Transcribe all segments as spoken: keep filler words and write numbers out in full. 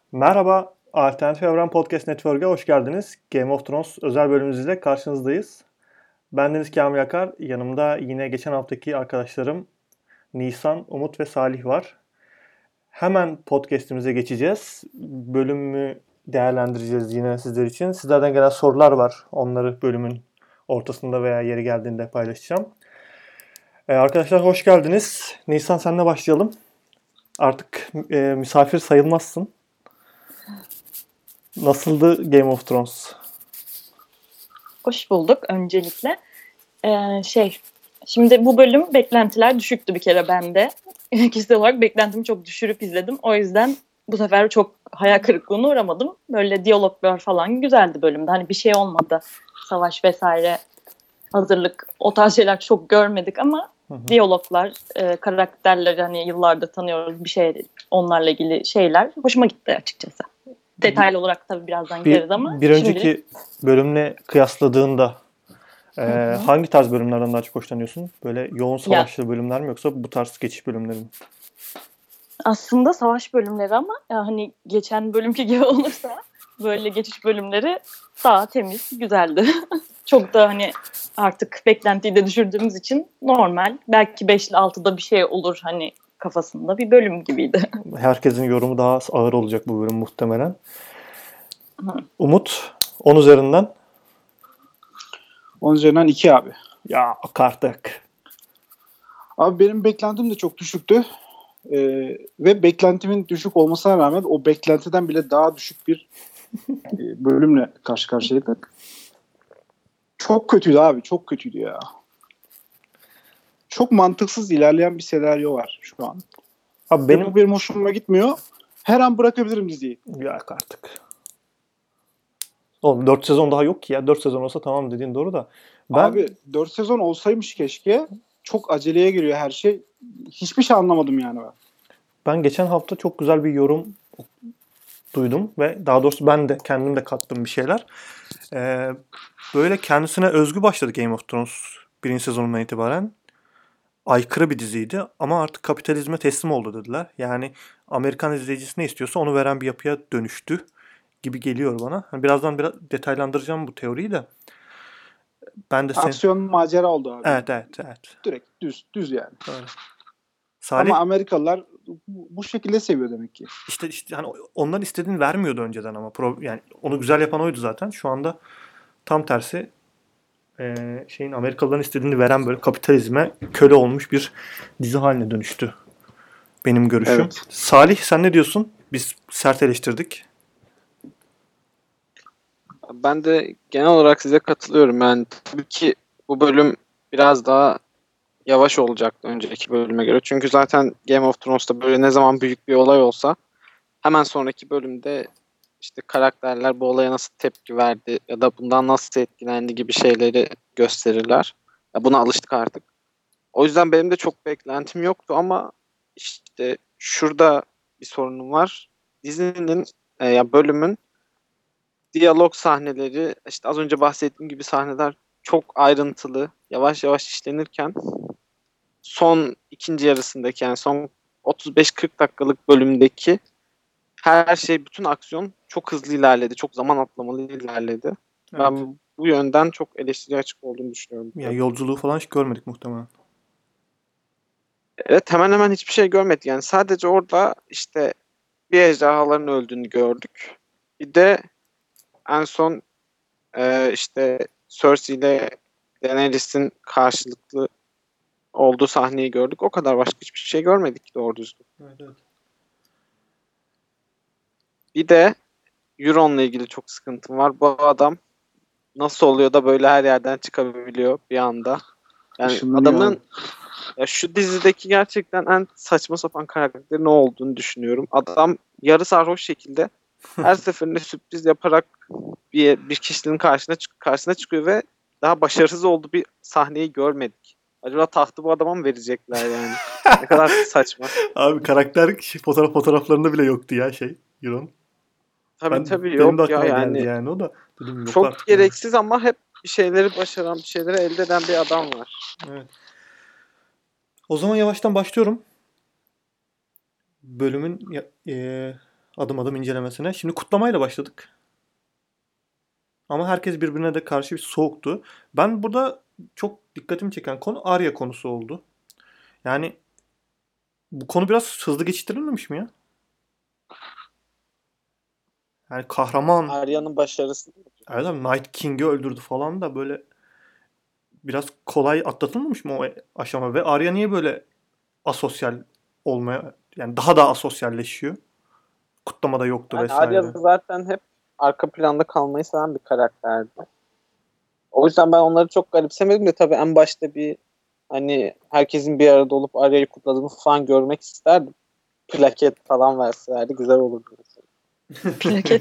Merhaba, Alternatif Evren Podcast Network'e hoş geldiniz. Game of Thrones özel bölümümüzle karşınızdayız. Ben Deniz Kamil Akar, yanımda yine geçen haftaki arkadaşlarım Nisan, Umut ve Salih var. Hemen podcast'imize geçeceğiz. Bölümü değerlendireceğiz yine sizler için. Sizlerden gelen sorular var. Onları bölümün ortasında veya yeri geldiğinde paylaşacağım. Ee, arkadaşlar hoş geldiniz. Nisan senle başlayalım. Artık e, misafir sayılmazsın. Nasıldı Game of Thrones? Hoş bulduk öncelikle. Ee, şey, şimdi bu bölüm beklentiler düşüktü bir kere bende. Kişisel olarak beklentimi çok düşürüp izledim. O yüzden bu sefer çok hayal kırıklığına uğramadım. Böyle diyaloglar falan güzeldi bölümde. Hani bir şey olmadı. Savaş vesaire, hazırlık, o tarz şeyler çok görmedik ama hı hı. Diyaloglar, e, karakterleri hani yıllardır tanıyoruz, bir şey, onlarla ilgili şeyler hoşuma gitti açıkçası. Detaylı olarak tabii birazdan bir, gireriz ama bir önceki şimdilik... bölümle kıyasladığında e, hangi tarz bölümlerden daha çok hoşlanıyorsun? Böyle yoğun savaşlı ya, bölümler mi yoksa bu tarz geçiş bölümleri mi? Aslında savaş bölümleri ama ya hani geçen bölümki gibi olursa böyle geçiş bölümleri daha temiz, güzeldi. Çok da hani artık beklentiyi de düşürdüğümüz için normal. Belki beş ile altıda bir şey olur hani kafasında bir bölüm gibiydi. Herkesin yorumu daha ağır olacak bu bölüm muhtemelen. Hı. Umut, on üzerinden? on üzerinden iki abi. Ya artık. Abi benim beklentim de çok düşüktü. Ee, ve beklentimin düşük olmasına rağmen o beklentiden bile daha düşük bir e, bölümle karşı karşıyaydık. Çok kötüydü abi. Çok kötüydü ya. Çok mantıksız ilerleyen bir senaryo var şu an. Abi benim, benim hoşuma gitmiyor. Her an bırakabilirim diziyi. Yok artık. Oğlum dört sezon daha yok ki ya. dört sezon olsa tamam dediğin doğru da. Ben... Abi dört sezon olsaymış keşke. Çok aceleye giriyor her şey. Hiçbir şey anlamadım yani ben. Ben geçen hafta çok güzel bir yorum duydum ve daha doğrusu ben de kendim de kattım bir şeyler. Ee, böyle kendisine özgü başladı Game of Thrones birinci sezonundan itibaren. Aykırı bir diziydi ama artık kapitalizme teslim oldu dediler. Yani Amerikan izleyicisi ne istiyorsa onu veren bir yapıya dönüştü gibi geliyor bana. Birazdan biraz detaylandıracağım bu teoriyi de. Ben de sen... Aksiyon macera oldu abi. Evet evet evet. Direkt düz düz yani. Öyle. Salih... Ama Amerikalılar bu şekilde seviyor demek ki. İşte işte hani onların istediğini vermiyordu önceden ama pro, yani onu güzel yapan oydu zaten. Şu anda tam tersi e, şeyin Amerikalıların istediğini veren böyle kapitalizme köle olmuş bir dizi haline dönüştü. Benim görüşüm. Evet. Salih sen ne diyorsun? Biz sert eleştirdik. Ben de genel olarak size katılıyorum. Yani tabii ki bu bölüm biraz daha yavaş olacaktı önceki bölüme göre. Çünkü zaten Game of Thrones'ta böyle ne zaman büyük bir olay olsa hemen sonraki bölümde işte karakterler bu olaya nasıl tepki verdi ya da bundan nasıl etkilendi gibi şeyleri gösterirler. Ya buna alıştık artık. O yüzden benim de çok beklentim yoktu ama işte şurada bir sorunum var. Dizinin e, ya bölümün diyalog sahneleri, işte az önce bahsettiğim gibi sahneler çok ayrıntılı, yavaş yavaş işlenirken son ikinci yarısındaki yani son otuz beş kırk dakikalık bölümdeki her şey, bütün aksiyon çok hızlı ilerledi. Çok zaman atlamalı ilerledi. Evet. Ben bu yönden çok eleştiriye açık olduğunu düşünüyorum. Yani yolculuğu falan hiç görmedik muhtemelen. Evet, hemen hemen hiçbir şey görmedik. Yani sadece orada işte bir ejderhaların öldüğünü gördük. Bir de en son e, işte Cersei ile Daenerys'in karşılıklı olduğu sahneyi gördük. O kadar, başka hiçbir şey görmedik doğru düzgün. Evet, evet. Bir de Euron'la ilgili çok sıkıntım var. Bu adam nasıl oluyor da böyle her yerden çıkabiliyor bir anda? Yani adamın ya şu dizideki gerçekten en saçma sapan karakteri ne olduğunu düşünüyorum. Adam yarı sarhoş şekilde her seferinde sürpriz yaparak bir bir kişinin karşısına karşısına çıkıyor ve daha başarısız olduğu bir sahneyi görmedik. Acaba tahtı bu adama mı verecekler yani? Ne kadar saçma. Abi karakter fotoğraf fotoğraflarında bile yoktu ya şey Euron. Tabii ben, tabii benim yok de aklıma ya geldi yani. yani o da. Dedim, yok çok gereksiz yani. Ama hep bir şeyleri başaran, bir şeyleri elde eden bir adam var. Evet. O zaman yavaştan başlıyorum. Bölümün e, adım adım incelemesine. Şimdi kutlamayla başladık. Ama herkes birbirine de karşı bir soğuktu. Ben burada çok dikkatimi çeken konu Arya konusu oldu. Yani bu konu biraz hızlı geçiştirilmemiş mi ya? Yani kahraman, Arya'nın başarısı. evet abi, Night King'i öldürdü falan da böyle biraz kolay atlatılmamış mı o aşama? Ve Arya niye böyle asosyal olmaya, yani daha da asosyalleşiyor? Kutlamada yoktu Yani Arya vesaire. zaten hep arka planda kalmayı seven bir karakterdi. O yüzden ben onları çok garipsemedim de tabii en başta bir hani herkesin bir arada olup Arya'yı kutladığını falan görmek isterdim. Plaket falan verselerdi güzel olurdu. Plaket.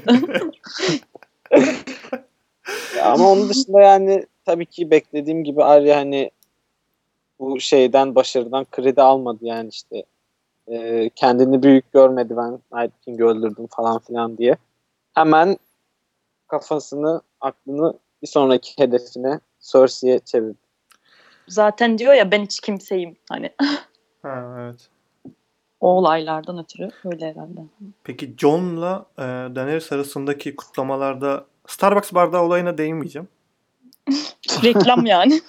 Ama onun dışında yani tabii ki beklediğim gibi Arya hani bu şeyden başarıdan kredi almadı yani işte e, kendini büyük görmedi ben Night King'i öldürdüm falan filan diye. Hemen kafasını aklını bir sonraki hedefine Cersei'ye çevirdi. Zaten diyor ya ben hiç kimseyim hani Ha, evet. o olaylardan ötürü öyle herhalde. Peki Jon'la e, Daenerys arasındaki kutlamalarda Starbucks bardağı olayına değinmeyeceğim. Reklam yani.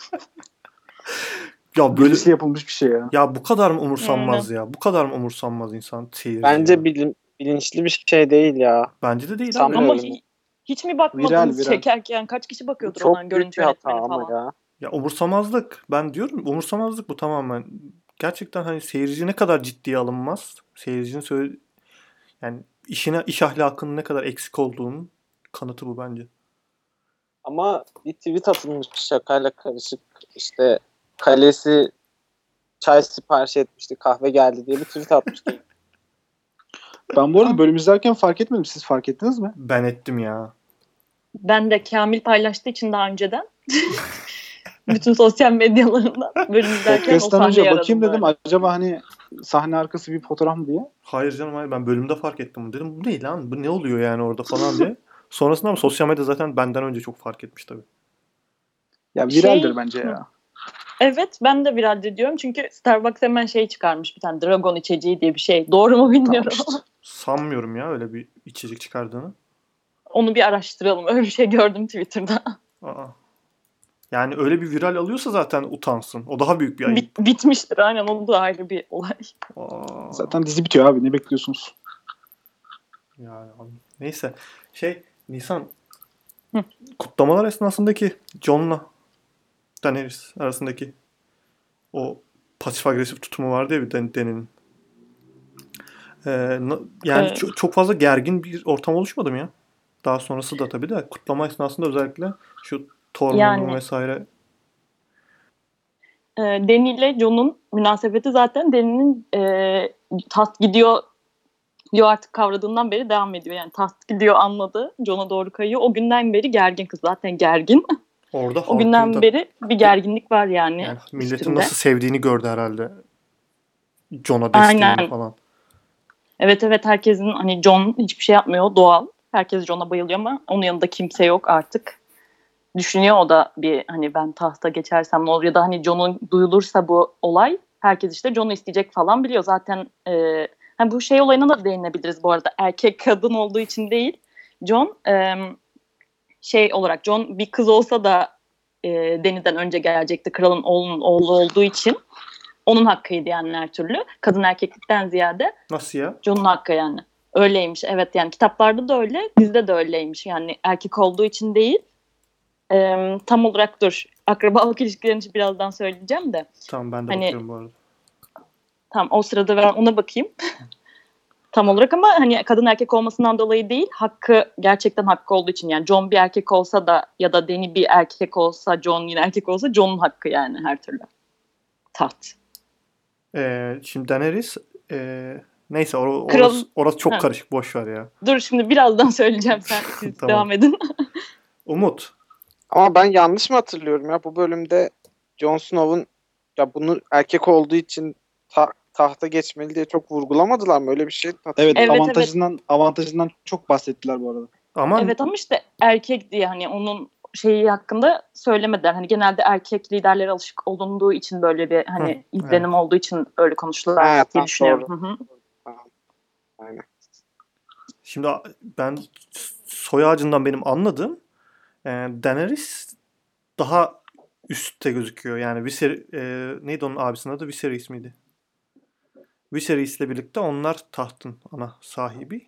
Ya böyle Bilinçli yapılmış bir şey ya. ya bu kadar mı umursanmaz ya? Bu kadar mı umursanmaz insan seyirci Bence ya? bilin, bilinçli bir şey değil ya. Bence de değil abi. Sanmıyorum. Ama hi- hiç mi Viral, bakmadınız viral. çekerken kaç kişi Bu bakıyordur çok ona büyük görüntü bir hata yönetmeni ama falan. ya. Ya umursamazlık. Ben diyorum umursamazlık bu tamamen. Gerçekten hani seyirci ne kadar ciddiye alınmaz. Seyircinin söyle yani işine iş ahlakının ne kadar eksik olduğunun kanıtı bu bence. Ama bir tweet atılmış şakayla karışık işte kalesi çay sipariş etmişti kahve geldi diye bir tweet atmıştı. Ben bu arada bölüm izlerken fark etmedim. Siz fark ettiniz mi? Ben ettim ya. Ben de Kamil paylaştığı için daha önceden bütün sosyal medyalarından bölüm izlerken o Podcast'tan önce sahneyi bakayım aradım dedim. böyle. Acaba hani sahne arkası bir fotoğraf mı diye. Hayır canım, hayır, ben bölümde fark ettim. Dedim bu ne lan? Bu ne oluyor yani orada falan diye. Sonrasında ama sosyal medya zaten benden önce çok fark etmiş tabii. Ya Şey- viraldir bence ya. Evet ben de viraldir diyorum çünkü Starbucks hemen şey çıkarmış bir tane Dragon içeceği diye bir şey. Doğru mu bilmiyorum. Tamam işte. Sanmıyorum ya öyle bir içecek çıkardığını. Onu bir araştıralım. Öyle bir şey gördüm Twitter'da. Aa. Yani öyle bir viral alıyorsa zaten utansın. O daha büyük bir ayıp. Bit- bitmiştir aynen o da ayrı bir olay. Aa. Zaten dizi bitiyor abi. Ne bekliyorsunuz? Yani abi. Neyse. Şey Nisan. Hı. Kutlamalar esnasındaki Jon'la Daenerys arasındaki o pasif agresif tutumu vardı ya bir Dan- Dany'nin. Ee, na- yani Ee, çok, çok fazla gergin bir ortam oluşmadı mı ya? Daha sonrası da tabii de kutlama esnasında özellikle şu Tormund'un Yani. vesaire. E, Dany ile Jon'un münasebeti zaten Dany'nin e, taht gidiyor diyor artık kavradığından beri devam ediyor. Yani taht gidiyor anladı. Jon'a doğru kayıyor. O günden beri gergin kız. Zaten gergin. Orada O günden halkın da, beri bir gerginlik var yani, yani milletin üstünde. nasıl sevdiğini gördü herhalde. Jon'a desteğini Aynen. falan. Evet evet herkesin hani Jon hiçbir şey yapmıyor doğal. Herkes Jon'a bayılıyor ama onun yanında kimse yok artık. Düşünüyor o da bir hani ben tahta geçersem ne olur ya da hani Jon'un duyulursa bu olay herkes işte Jon'u isteyecek falan biliyor. Zaten e, hani bu şey olayına da değinebiliriz bu arada. Erkek kadın olduğu için değil. Jon e, şey olarak Jon bir kız olsa da e, Dany'den önce gelecekti. Kralın oğlunun oğlu olduğu için onun hakkıydı yani her türlü. Kadın erkeklikten ziyade Nasıl ya? Jon'un hakkı yani. Öyleymiş evet yani kitaplarda da öyle dizide de öyleymiş. Yani erkek olduğu için değil. Ee, tam olarak dur. Akrabalık ilişkilerini için birazdan söyleyeceğim de. Tamam ben de Hani, bakıyorum bu arada. tam o sırada ben ona bakayım. Tam olarak ama hani kadın erkek olmasından dolayı değil. Hakkı gerçekten hakkı olduğu için yani Jon bir erkek olsa da ya da Dany bir erkek olsa Jon yine erkek olsa Jon'un hakkı yani her türlü. Taht. Ee, şimdi Daenerys ee, neyse or- Kral- orası, orası çok Ha. karışık, boş ver ya. Dur şimdi birazdan söyleyeceğim sen siz Tamam. devam edin. Umut. Ama ben yanlış mı hatırlıyorum ya bu bölümde Jon Snow'un ya bunu erkek olduğu için ta- tahta geçmeli diye çok vurgulamadılar mı? Öyle bir şey hatırlıyorum. Evet, Evet, avantajından avantajından çok bahsettiler bu arada. Ama Evet ama işte erkek diye hani onun şeyi hakkında söylemediler. Hani genelde erkek liderlere alışık olunduğu için böyle bir hani Hı, izlenim olduğu için öyle konuştular Ha, diye tamam, düşünüyorum. doğru. Hı hı. Aynen. Şimdi ben soy ağacından benim anladığım e, Daenerys daha üstte gözüküyor. Yani Viser e, neydi onun abisinin adı? Viserys miydi? Viserys ile birlikte onlar tahtın ana sahibi.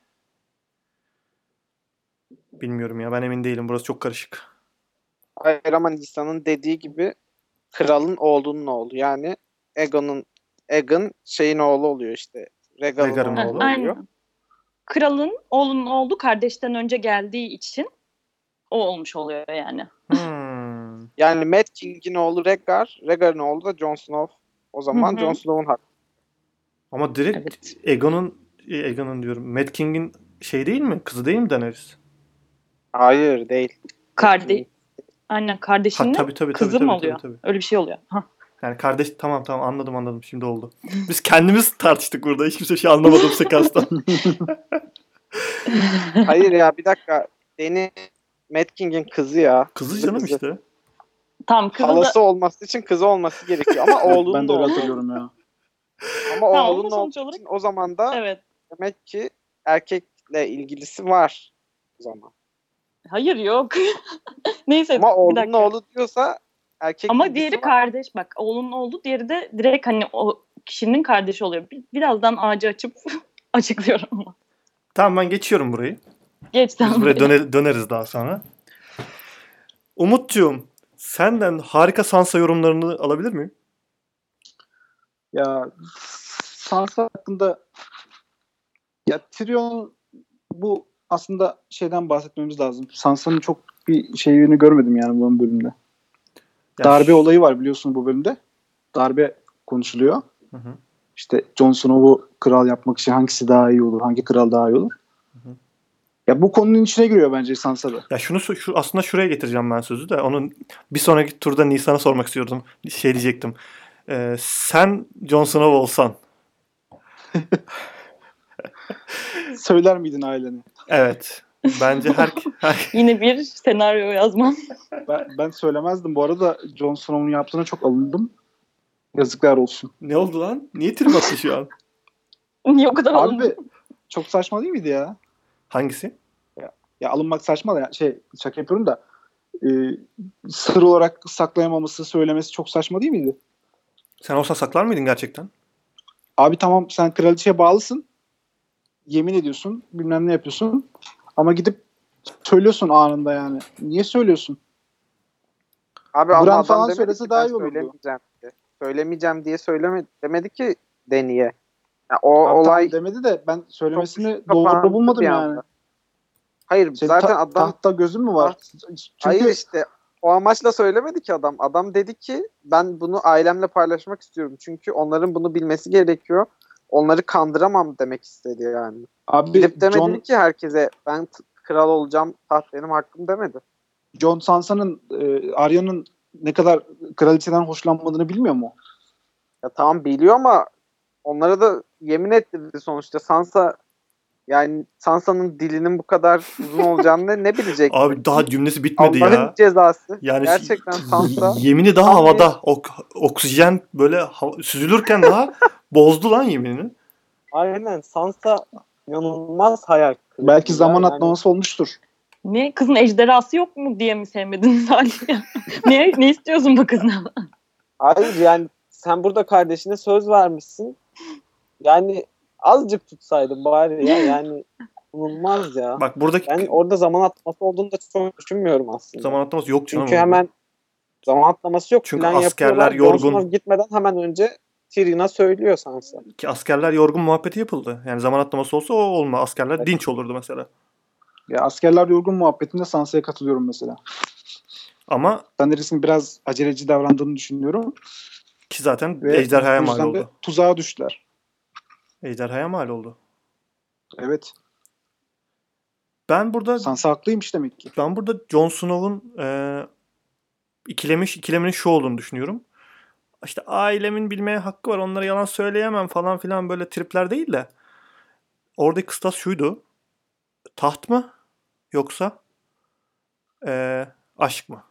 Bilmiyorum ya, ben emin değilim. Burası çok karışık. Hayır ama Nisan'ın dediği gibi kralın oğlunun oğlu. Yani Aegon'un Aegon şeyin oğlu oluyor işte. Rhaegar'ın Rhaegar'ın oğlu oğlu. oluyor. Aynen. Kralın oğlunun oğlu kardeşten önce geldiği için o olmuş oluyor yani. Hmm. Yani Mad King'in oğlu Rhaegar, Rhaegar'ın oğlu da Jon Snow. O zaman Hı hı. Jon Snow'un hakkı. Ama direkt Evet. Aegon'un e, Aegon'un diyorum. Mad King'in şey değil mi? Kızı değil mi Daenerys? Hayır değil. Kardeş, aynen Ha kardeşinin tabii tabii tabii kızı tabii mı tabii oluyor? tabii. Öyle bir şey oluyor. Hah. Yani kardeş, tamam tamam, anladım anladım, şimdi oldu. Biz kendimiz tartıştık burada. Hiç kimse şey anlamadım sekanstan. Hayır ya bir dakika. Dany Mad King'in kızı ya. Kızı canım işte. Tamam kızı Halası da olması için kızı olması gerekiyor ama oğlunun Ben de da öyle oğlu. hatırlıyorum ya. Ama Tamam, oğlunun ama sonuç olduğu olarak- için o zaman da evet. demek ki erkekle ilgilisi var o zaman. Hayır yok. Neyse Ama bir oğlunun dakika. oğlu diyorsa erkek Ama ilgisi diğeri var. kardeş bak. Oğlunun oğlu, diğeri de direkt hani o kişinin kardeşi oluyor. Bir- Birazdan ağacı açıp açıklıyorum ama. Tamam, ben geçiyorum burayı. Geç sen Biz buraya buraya. döne- döneriz daha sonra. Umutcuğum, senden harika Sansa yorumlarını alabilir miyim? Ya Sansa hakkında ya Tyrion bu aslında şeyden bahsetmemiz lazım. Sansa'nın çok bir şeyini görmedim yani bu bölümde. Ya Darbe şu- olayı var biliyorsun bu bölümde. Darbe konuşuluyor. Hı hı. İşte Jon Snow'u kral yapmak için hangisi daha iyi olur? Hangi kral daha iyi olur? hı. Ya bu konunun içine giriyor bence Sansa'da. Ya şunu so- şu aslında şuraya getireceğim ben sözü de. Onun bir sonraki turda Nisan'a sormak istiyordum. Şey diyecektim. Ee, sen Jon Snow olsan. Söyler miydin ailene? Evet. Bence her, her Yine bir senaryo yazmam. Ben, ben söylemezdim. Bu arada Jon Snow'un yaptığına çok alındım. Yazıklar olsun. ne oldu lan? Niye trip attı şu an? Niye o kadar alındın? Abi çok saçma değil miydi ya? Hangisi? Ya alınmak saçma da ya, şey şaka yapıyorum da e, sır olarak saklayamaması, söylemesi çok saçma değil miydi? Sen olsan saklar mıydın gerçekten? Abi tamam sen kraliçeye bağlısın. Yemin ediyorsun, bilmem ne yapıyorsun. Ama gidip söylüyorsun anında yani. Niye söylüyorsun? Abi ama Bran adam falan demedi söylese ki daha ben iyi olurdu. söylemeyeceğim diye. Söylemeyeceğim diye söyleme demedi ki Dany'ye. Ya o Abi olay tamam demedi de ben söylemesini çok doğru kapandı bulmadım bir yani. anda. Hayır Senin zaten ta- adam tahtta gözün mü var? Çünkü hayır işte o amaçla söylemedi ki adam. Adam dedi ki ben bunu ailemle paylaşmak istiyorum. Çünkü onların bunu bilmesi gerekiyor. Onları kandıramam demek istedi yani. abi Gidip demedi John, ki herkese ben t- kral olacağım, taht benim hakkım demedi. John Sansa'nın e, Arya'nın ne kadar kraliçeden hoşlanmadığını bilmiyor mu? Ya tamam biliyor ama onlara da yemin ettirdi sonuçta. Sansa yani Sansa'nın dilinin bu kadar uzun olacağını ne bilecek? Abi daha cümlesi bitmedi Allah'ın ya. cezası. Yani Gerçekten Sansa yemini daha tam havada. Ok- oksijen böyle hava- süzülürken daha bozdu lan yeminini. aynen Sansa inanılmaz hayal kırıklığı. Belki zaman yani. atlaması olmuştur. Ne? Kızın ejderhası yok mu diye mi sevmedin Salih? ne, ne istiyorsun bu kızdan? Hayır yani sen burada kardeşine söz vermişsin. Yani azıcık tutsaydın bari ya. Yani inanılmaz ya. Bak buradaki Ben orada zaman atlaması olduğunu da çok düşünmüyorum aslında. zaman atlaması yok canım. Çünkü orada. hemen zaman atlaması yok. Çünkü Plan askerler yapıyorlar. Jon yorgun. Snow gitmeden hemen önce Tyrion'a söylüyor Sansa. Ki askerler yorgun muhabbeti yapıldı. Yani zaman atlaması olsa o olma. Askerler Evet. dinç olurdu mesela. Ya askerler yorgun muhabbetinde Sansa'ya katılıyorum mesela. Ama Daenerys'in biraz aceleci davrandığını düşünüyorum. ki zaten Ve ejderhaya bu mal yüzden de oldu. tuzağa düştüler. Ejderhaya mal oldu. Evet. Ben burada Sansa haklıymış demek ki. ben burada Jon Snow'un e, ikilemiş ikileminin şu olduğunu düşünüyorum. İşte ailemin bilmeye hakkı var. Onlara yalan söyleyemem falan filan, böyle tripler değil de. Oradaki kıstas şuydu. Taht mı? Yoksa e, aşk mı?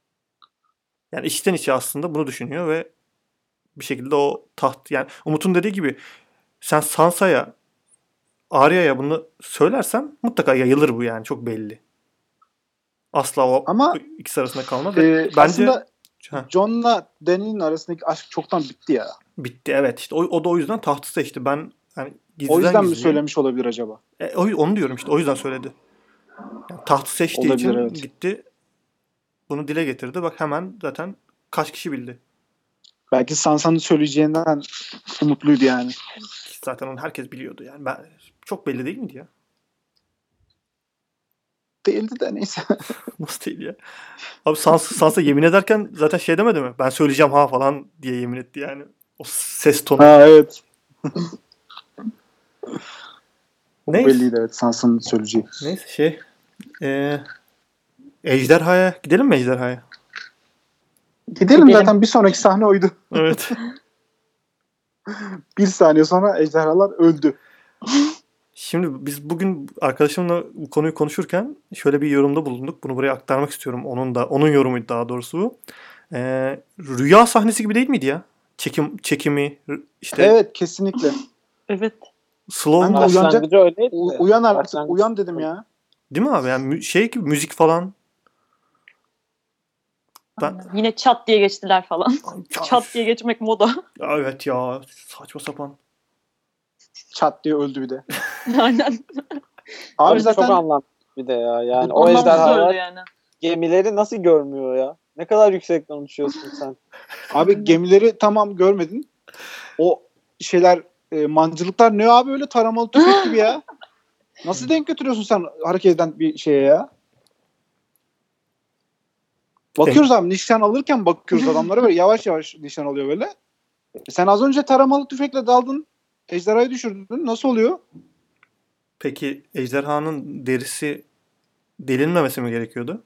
Yani içten içe aslında bunu düşünüyor ve bir şekilde o taht, yani Umut'un dediği gibi sen Sansa'ya Arya'ya bunu söylersem mutlaka yayılır bu yani. Çok belli. Asla o Ama ikisi arasında kalmaz. e, Ve bence aslında Ha, Jon'la Dany'nin arasındaki aşk çoktan bitti ya. bitti evet. İşte o, o da o yüzden tahtı seçti. Ben yani O gizliden yüzden mi gizliye. söylemiş olabilir acaba? E, o- onu diyorum işte. O yüzden söyledi. Yani tahtı seçtiği Olabilir, için evet. gitti. Bunu dile getirdi. Bak hemen zaten kaç kişi bildi. Belki Sansa'nın söyleyeceğinden umutluydu yani. Zaten onu herkes biliyordu yani. Ben, çok belli değil miydi ya? Değildi de neyse. Nasıl değil ya? Abi Sansa, Sansa yemin ederken zaten şey demedi mi? Ben söyleyeceğim ha falan diye yemin etti yani. O ses tonu. Ha evet. O Neyse. belliydi evet Sansa'nın söyleyeceği. Neyse şey. E, Ejderhaya. Gidelim mi Ejderhaya? Gidelim, Gidelim. zaten bir sonraki sahne oydu. Evet. Bir saniye sonra ejderhalar öldü. Şimdi biz bugün arkadaşımla bu konuyu konuşurken şöyle bir yorumda bulunduk. Bunu buraya aktarmak istiyorum. Onun da onun yorumuydu daha doğrusu bu. Ee, rüya sahnesi gibi değil miydi ya? Çekim çekimi işte Evet kesinlikle. Evet. slow Ben de mo- uyanacak- Başlangıcı öyleydi. U- de. uyan artık Başlangıç- uyan dedim ya. değil mi abi? Yani mü- şey gibi müzik falan. Ben Aynen. Yine çat diye geçtiler falan. Çat diye geçmek moda. Ya evet ya saçma sapan. Çat diye öldü bir de. Aynen. Abi Öyle zaten Çok anlamlı bir de ya. Yani o Anlamsız ejderhalar öldü yani. gemileri nasıl görmüyor ya? Ne kadar yüksekten uçuyorsun sen. abi gemileri tamam görmedin. O şeyler e, mancılıklar ne abi öyle taramalı tüfek gibi ya. Nasıl denk götürüyorsun sen hareket eden bir şeye ya? Bakıyoruz abi nişan alırken bakıyoruz adamlara böyle yavaş yavaş nişan alıyor böyle. E, Sen az önce taramalı tüfekle daldın. Ejderhayı düşürdün. Nasıl oluyor? Peki ejderhanın derisi delinmemesi mi gerekiyordu?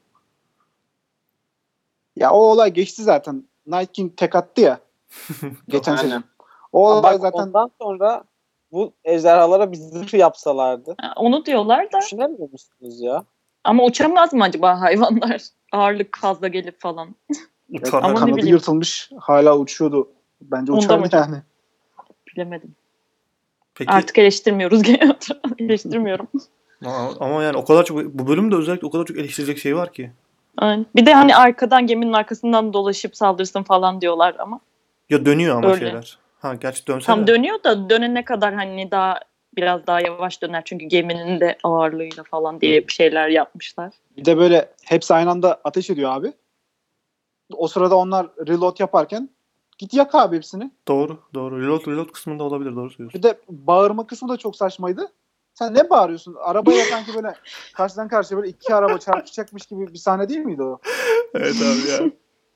Ya o olay geçti zaten. Night King tek attı ya. Geçen Aynen. sezon. O Ama olay bak zaten ondan sonra bu ejderhalara bir zırh yapsalardı. Ha, onu diyorlar da. Düşünemiyor musunuz ya? Ama uçamaz mı acaba hayvanlar? Ağırlık fazla gelip falan. Uçar Ama ne kanadı bileyim. yırtılmış. Hala uçuyordu. Bence Onda uçardı mı? yani. Bilemedim. Peki Artık eleştirmiyoruz. Eleştirmiyorum. ama, ama yani o kadar çok bu bölümde özellikle o kadar çok eleştirecek şey var ki. Aynen. Bir de hani arkadan geminin arkasından dolaşıp saldırsın falan diyorlar ama. Ya dönüyor ama Öyle. şeyler. Ha gerçi dönse Tam de. dönüyor da dönene kadar hani daha biraz daha yavaş döner. Çünkü geminin de ağırlığıyla falan diye bir şeyler yapmışlar. Bir de böyle hepsi aynı anda ateş ediyor abi. O sırada onlar reload yaparken git yak abi hepsini. Doğru, doğru. Reload, reload kısmında olabilir, doğru söylüyorsun. Bir de bağırma kısmı da çok saçmaydı. Sen ne bağırıyorsun? Arabaya sanki böyle karşıdan karşıya böyle iki araba çarpışacakmış gibi bir sahne değil miydi o? Evet abi ya.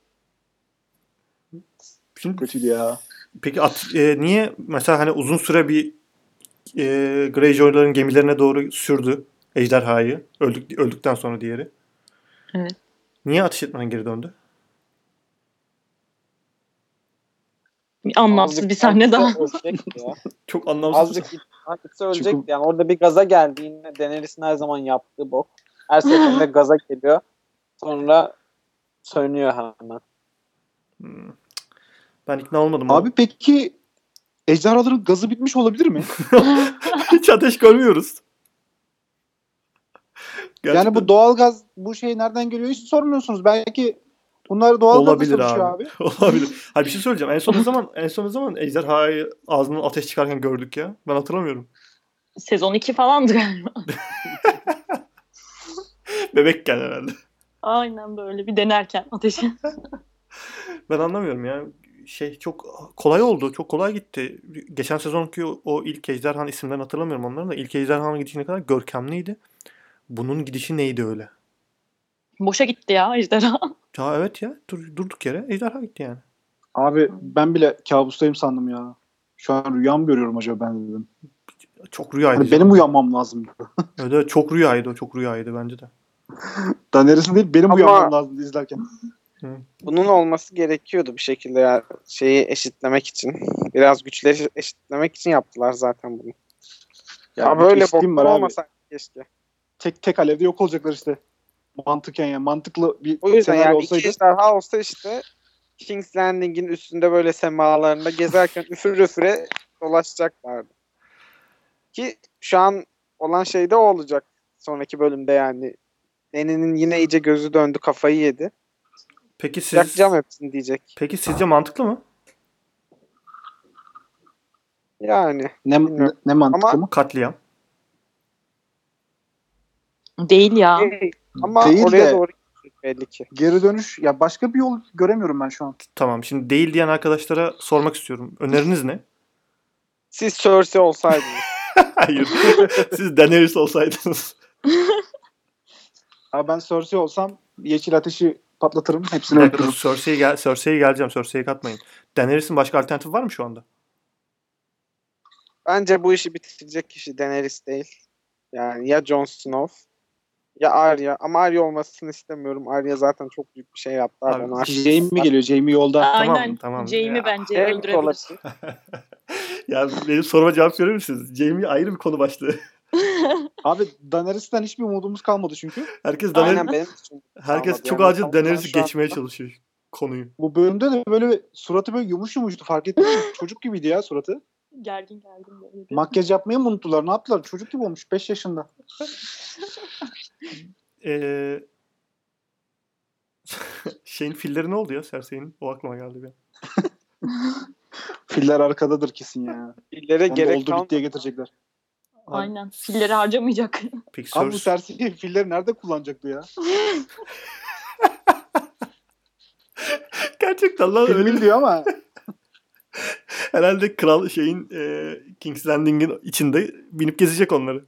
Şimdi, Kötüydü ya. peki at, e, niye mesela hani uzun süre bir e, Greyjoy'ların gemilerine doğru sürdü ejderhayı öldük, öldükten sonra diğeri? Evet. Niye ateş etmeden geri döndü? Anlamsız Azıcık bir sahne daha. ölecekti ya. Çok anlamsız. Azıcık git- gitse ölecekti. Çünkü- Yani orada bir gaza geldi. Yine Daenerys'in her zaman yaptığı bok. Her seferinde gaza geliyor. Sonra sönüyor hemen. Hmm. Ben ikna olmadım. Abi peki ejderhaların gazı bitmiş olabilir mi? Hiç ateş görmüyoruz. Gerçekten Yani bu doğalgaz bu şey nereden geliyor hiç sormuyorsunuz. Belki bunlar doğalgazla olabilir çalışıyor abi. abi. Olabilir. Hayır bir şey söyleyeceğim. En son ne zaman en son ne zaman ejderhayı ağzından ateş çıkarken gördük ya? Ben hatırlamıyorum. Sezon iki falandı galiba. Bebekken herhalde. Aynen böyle bir denerken ateşi. Ben anlamıyorum ya. Şey çok kolay oldu. Çok kolay gitti. Geçen sezonki o, o ilk ejderhanın isimlerini hatırlamıyorum onların da. İlk ejderhanın gidişi ne kadar görkemliydi. Bunun gidişi neydi öyle? Boşa gitti ya ejderha. Ya evet ya. Dur, durduk yere ejderha gitti yani. Abi ben bile kabustayım sandım ya. Şu an rüya mı görüyorum acaba ben dedim. Çok rüyaydı. Hani canım. benim uyanmam lazım. Evet, evet, çok rüyaydı o. Çok rüyaydı bence de. Daenerys'in değil benim Ama- uyanmam lazım izlerken. Bunun olması gerekiyordu bir şekilde ya. Şeyi eşitlemek için. Biraz güçleri eşitlemek için yaptılar zaten bunu. Ya, Ya böyle eşitliğim boktan var abi. olmasaydı keşke. Tek tek alevde yok olacaklar işte. Mantıken yani mantıklı bir O yüzden senaryo yani olsaydı. iki ejderha olsa işte King's Landing'in üstünde böyle semalarında gezerken üfür üfüre dolaşacaklardı. Ki şu an olan şey de o olacak. Sonraki bölümde yani. Dany'nin yine iyice gözü döndü, kafayı yedi. Peki siz Yakacağım hepsini diyecek. Peki sizce mantıklı mı? Yani. Ne, ne, ne mantıklı Ama- mı? Katliam. Değil ya. Değil. Ama Değil oraya de- doğru gidecek belli ki. Geri dönüş ya başka bir yol göremiyorum ben şu an. Tamam. Şimdi değil diyen arkadaşlara sormak istiyorum. Öneriniz ne? Siz Cersei olsaydınız. Hayır. Siz Daenerys olsaydınız. Abi ben Cersei olsam yeşil ateşi patlatırım. Bir Hepsini dakika dur. öldürürüm. Cersei'ye gel Cersei'ye geleceğim. Cersei'ye katmayın. Daenerys'in başka alternatifi var mı şu anda? Bence bu işi bitirecek kişi Daenerys değil. Yani ya Jon Snow ya Arya. Ama Arya olmasını istemiyorum. Arya zaten çok büyük bir şey yaptı. Abi, Abi, onu aştı. Jamie geliyor. Jamie yolda. Aynen. tamam. Jamie Ya, bence Jamie öldürebilir. olabilir. Ya benim soruma cevap verir misiniz? Jamie ayrı bir konu başlığı. Abi Daenerys'ten hiçbir umudumuz kalmadı çünkü. Herkes Aynen Daenerys, benim için. herkes kalmadı çok yani. acil Tam Daenerys'i şu anda- geçmeye çalışıyor konuyu. Bu bölümde de böyle suratı böyle yumuş yumuştu fark ettin mi? Çocuk gibiydi ya suratı. Gergin gergin böyle. bir- Makyaj yapmayı mı unuttular? Ne yaptılar? Çocuk gibi olmuş beş yaşında. Ee, şeyin filleri ne oldu ya Cersei'nin? O aklıma geldi bir an. Filler arkadadır kesin ya. İllere Onu da gerek oldu kalmadı. bittiye getirecekler. Abi, Aynen. Filleri harcamayacak. Peki Abi bu Cersei, Cersei filleri nerede kullanacaktı ya? gerçekten lan Filmin öyle. diyor ama Herhalde kral şeyin e, King's Landing'in içinde binip gezecek onları.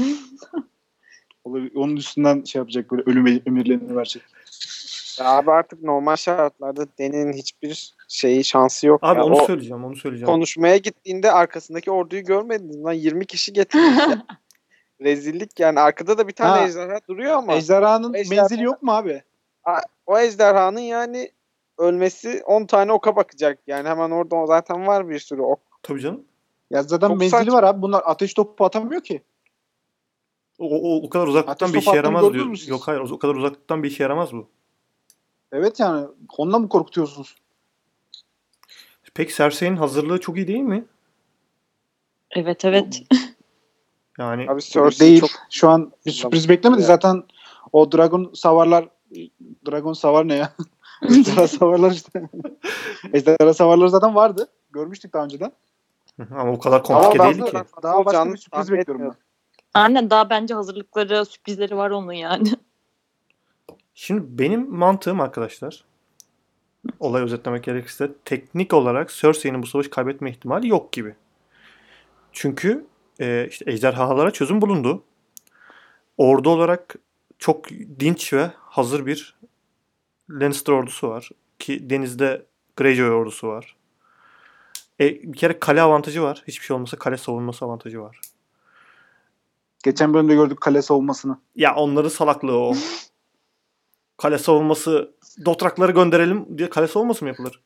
olur, onun üstünden şey yapacak böyle ölüm emirlerini verecek. Ya abi artık normal şartlarda Dany'nin hiçbir şeyi şansı yok. Abi ya. onu O söyleyeceğim, onu söyleyeceğim. konuşmaya gittiğinde arkasındaki orduyu görmediniz mi lan? yirmi kişi getirmiş ya. Rezillik yani. Arkada da bir tane Ha. ejderha duruyor ama Ejderhanın Ejderha- menzili yok mu abi? o ejderhanın yani ölmesi on tane oka bakacak. Yani hemen orada zaten var bir sürü ok. Tabii canım. Ya zaten Çok menzili saçma. var abi. Bunlar ateş topu atamıyor ki. O, o, o kadar uzaklıktan Ateş bir işe topu attığını yaramaz gördünüz diyor. mü siz? Yok hayır, o kadar uzaklıktan bir işe yaramaz bu. Evet yani. Onunla mı korkutuyorsunuz? Peki Cersei'nin hazırlığı çok iyi değil mi? Evet evet. Yani Abi Cersei Değil. çok Şu an bir sürpriz beklemedi. Ya. Zaten o Dragon savarlar Dragon savar ne ya? Ejderha savarlar işte. Ejderha savarlar zaten vardı. Görmüştük daha önceden. ama o kadar Ama komplike daha, değildi ki. daha başka bir Olacağını sürpriz tahmin bekliyorum ben. etmiyordum. Aynen daha bence hazırlıkları, sürprizleri var onun yani. Şimdi benim mantığım arkadaşlar, olay özetlemek gerekirse teknik olarak Cersei'nin bu savaşı kaybetme ihtimali yok gibi. Çünkü e, işte ejderhalara çözüm bulundu. Ordu olarak çok dinç ve hazır bir Lannister ordusu var. Ki denizde Greyjoy ordusu var. E, bir kere kale avantajı var. Hiçbir şey olmasa kale savunması avantajı var. Geçen bölümde gördük kale savunmasını. Ya onların salaklığı o. Kale savunması, Dothrakları gönderelim diye kale savunması mı yapılır?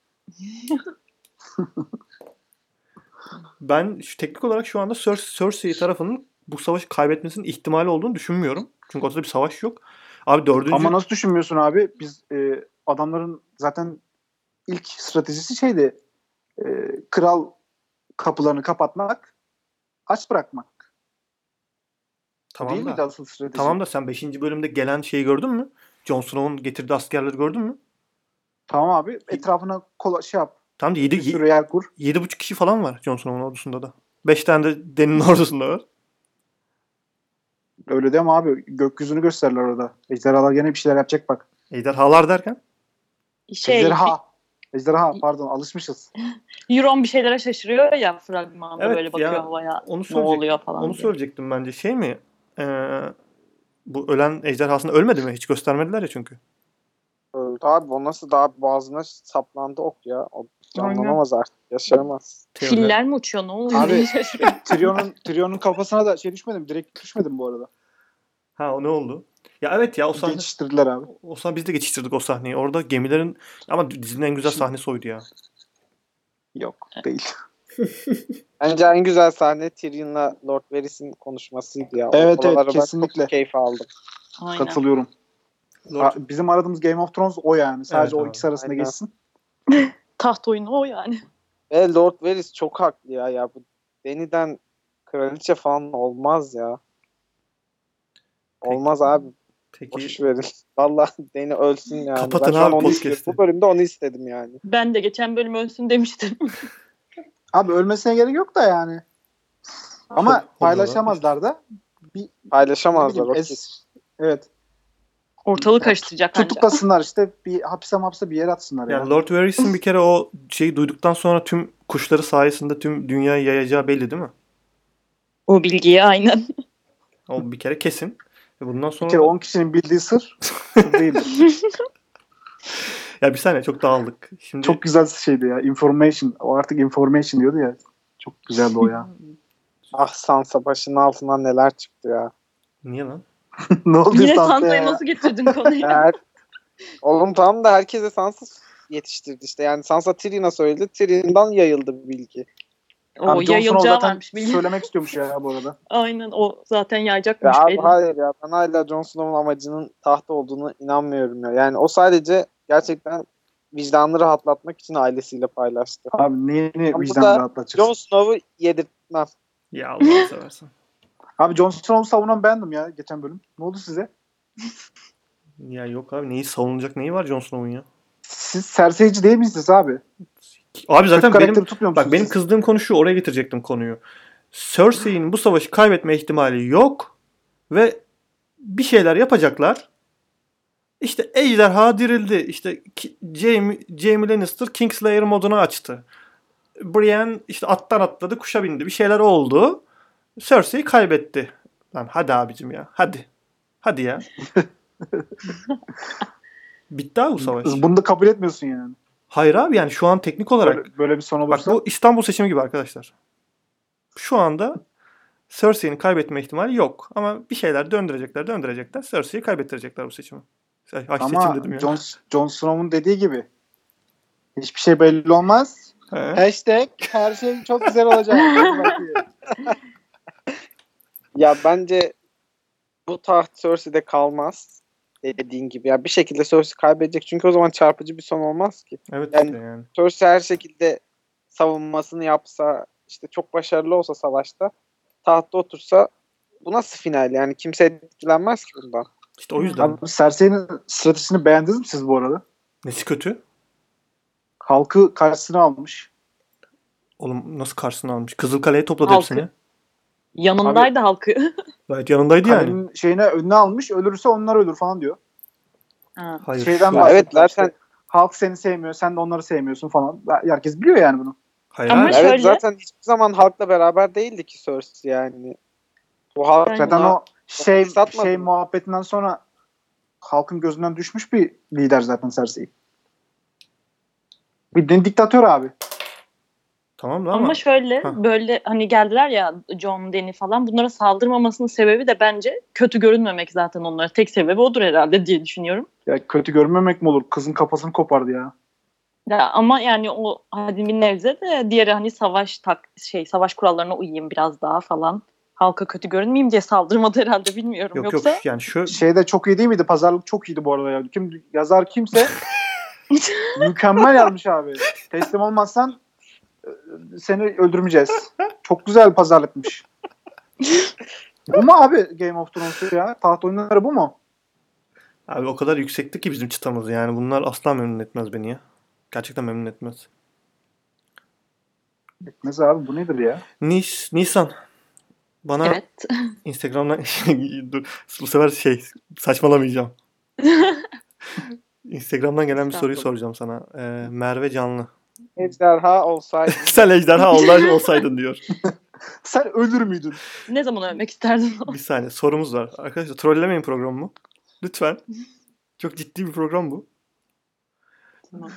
Ben şu, teknik olarak şu anda Cer- Cersei tarafının bu savaşı kaybetmesinin ihtimali olduğunu düşünmüyorum. Çünkü ortada bir savaş yok. Abi dördüncü... Ama nasıl düşünmüyorsun abi? Biz e, adamların zaten ilk stratejisi şeydi. E, kral kapılarını kapatmak, aç bırakmak. Tamam Değil da, miydi asıl strateji? tamam da sen beşinci bölümde gelen şeyi gördün mü? Jon Snow'un getirdiği askerleri gördün mü? Tamam abi. Etrafına kola, şey yap. Tam da Bir yedi, sürü yer kur. yedi buçuk kişi falan var Jon Snow'un ordusunda da. beş tane de Dany'nin ordusunda var. Öyle deme abi. Gökyüzünü gösterirler orada. Ejderhalar gene bir şeyler yapacak bak. Ejderhalar derken? Şey, Ejderha. Ejderha pardon alışmışız. Euron bir şeylere şaşırıyor ya fragmanda Evet böyle bakıyor ya, havaya. Onu Ne söyleyecek, oluyor falan Onu diye. söyleyecektim bence. Şey mi? Ee, bu ölen ejderhasında ölmedi mi? Hiç göstermediler ya çünkü. Öldü abi o nasıl daha boğazına saplandı ok ya. O canlanamaz artık. Yaşayamaz. Teori- Filler mi uçuyor ne oluyor? Abi- diye şaşırıyor. Tyrion'un Tyrion'un kafasına da şey düşmedi mi? Direkt düşmedi mi bu arada? Ha o ne oldu? Ya evet ya o sahne. Geçiştirdiler abi. O sahne biz de geçiştirdik o sahneyi. Orada gemilerin ama dizinin en güzel Şimdi- sahnesi oydu ya. Yok değil. Bence en güzel sahne Tyrion'la Lord Varys'in konuşmasıydı ya. O Evet, evet, oralara ben kesinlikle. çok keyif aldım. Aynen. Katılıyorum. Lord- Aa, Bizim aradığımız Game of Thrones o yani. Sadece Evet o abi. ikisi arasında Aynen. geçsin. Taht oyunu o yani. Ve Lord Varys çok haklı ya. ya bu Dany'den kraliçe falan olmaz ya. Peki. Olmaz abi. Peki Boş verin. Vallahi Dany ölsün yani. Kapatın ben şu an abi onu podcast'i. istiyorum. Bu bölümde onu istedim yani. Ben de geçen bölüm ölsün demiştim. Abi ölmesine gerek yok da yani. Ama Hop- hop- paylaşamazlar da. Bir, ne Paylaşamazlar. bileyim, okey. es- evet. Ortalığı karıştıracak anca. Tutuklasınlar işte bir hapse mapse bir yere atsınlar ya. Yani Lord Varys'in bir kere o şeyi duyduktan sonra tüm kuşları sayesinde tüm dünyaya yayacağı belli değil mi? O bilgiyi aynen. O bir kere kesin. Ve bundan Bir sonra kere da- on kişinin bildiği sır sır değildir. ya bir saniye çok dağıldık. Şimdi Çok güzel şeydi ya. Information. O artık information diyordu ya. Çok güzeldi o ya. Ah Sansa başının altından neler çıktı ya. niye lan? Ne oldu Yine Sansa'ya Sansa'yı ya? nasıl getirdin konuya? Her... Oğlum tamam da herkese Sansa yetiştirdi işte. Yani Sansa Tyrion'a söyledi. Tyrion'dan yayıldı bilgi. O Abi Jon Snow yayılacağı zaten varmış bilgi. söylemek istiyormuş ya bu arada. Aynen o zaten Ya yayacakmış abi belli. hayır ya. Ben hala Jon Snow'un amacının tahta olduğunu inanmıyorum ya. Yani o sadece gerçekten vicdanını rahatlatmak için ailesiyle paylaştı. Abi neyini Ama vicdanı da rahatlatacaksın? Jon Snow'u yedirtmem. Ya Allah'ını seversen. Abi Jon Snow'u savunan bendim ya geçen bölüm. Ne oldu size? Ya yok abi neyi savunacak neyi var Jon Snow'un ya? Siz Cersei'ci değil misiniz abi? Abi zaten Kötü benim karakteri tutmuyor musunuz bak benim siz? kızdığım konu şu, oraya getirecektim konuyu. Cersei'nin bu savaşı kaybetme ihtimali yok ve bir şeyler yapacaklar. İşte ejderha dirildi. İşte Ki- Jaime, Jaime Lannister Kingslayer modunu açtı. Brienne işte attan atladı, kuşa bindi. Bir şeyler oldu. Cersei kaybetti. Lan hadi abicim ya. Hadi. Hadi ya. Bitti abi bu savaş. Bunu da kabul etmiyorsun yani. Hayır abi yani şu an teknik olarak Böyle, böyle bir son bak olursa. bu İstanbul seçimi gibi arkadaşlar. Şu anda Cersei'nin kaybetme ihtimali yok. Ama bir şeyler döndürecekler, döndürecekler. Cersei'yi kaybettirecekler bu seçimi. Ay, ay Ama seçim dedim ya. Jon, Jon Snow'un dediği gibi hiçbir şey belli olmaz. He. Hashtag her şey çok güzel olacak. Hadi bakayım. Ya bence bu taht Cersei'de kalmaz. Dediğin gibi. Ya bir şekilde Cersei kaybedecek. Çünkü o zaman çarpıcı bir son olmaz ki. Evet Yani- işte yani. Cersei her şekilde savunmasını yapsa, işte çok başarılı olsa savaşta, tahtta otursa bu nasıl final? Yani kimse etkilenmez ki bundan. İşte o yüzden. Abi Cersei'nin stratejisini beğendiniz mi siz bu arada? Nesi kötü? Halkı karşısına almış. Oğlum nasıl karşısına almış? Kızılkale'ye topladı Halkı. hepsini. Yanındaydı halkı. Gayet yanındaydı yani. Kalenin şeyine önüne almış. Ölürse onlar ölür falan diyor. Ha. Hayır. Şeyden şu- Ya bahsediyor evet zaten işte. Halk seni sevmiyor. Sen de onları sevmiyorsun falan. Herkes biliyor yani bunu. Hayır Ama abi. şöyle- evet zaten hiçbir zaman halkla beraber değildi ki Cersei yani. Bu halk Aynen. Zaten buna o şey satmadı şey mı? muhabbetinden sonra halkın gözünden düşmüş bir lider zaten Cersei. Bildiğin diktatör abi. Tamam da Ama, ama. şöyle Hah. böyle hani geldiler ya Jon, Dany falan, bunlara saldırmamasının sebebi de bence kötü görünmemek zaten onlara. Tek sebebi odur herhalde diye düşünüyorum. Ya kötü görmemek mi olur? Kızın kafasını kopardı ya. Ya ama yani o hadi bir nebze de diğeri hani savaş tak şey savaş kurallarına uyayım biraz daha falan. Halka kötü görünmeyeyim diye saldırmadı herhalde, bilmiyorum. Yok Yoksa yok yani şu Şeyde çok iyi değil miydi? Pazarlık çok iyiydi bu arada ya. Kim yazar kimse mükemmel yazmış abi. Teslim olmazsan e, seni öldürmeyeceğiz. Çok güzel pazarlıkmış. Bu mu abi Game of Thrones ya? Taht oyunları bu mu? abi o kadar yüksekti ki bizim çıtamız yani. Bunlar asla memnun etmez beni ya. Gerçekten memnun etmez. Etmez abi, bu nedir ya? Nis, Nisan. Bana evet. Instagram'dan dur bu sefer şey saçmalamayacağım. Instagram'dan gelen bir soruyu soracağım sana. Ee, Merve Canlı. ejderha olsaydı. Sen ejderha olay- olsaydın diyor. Sen ölür müydün? Ne zaman ölmek isterdin? Bir saniye sorumuz var. Arkadaşlar trollemeyin programımı. Lütfen. Çok ciddi bir program bu. Tamam.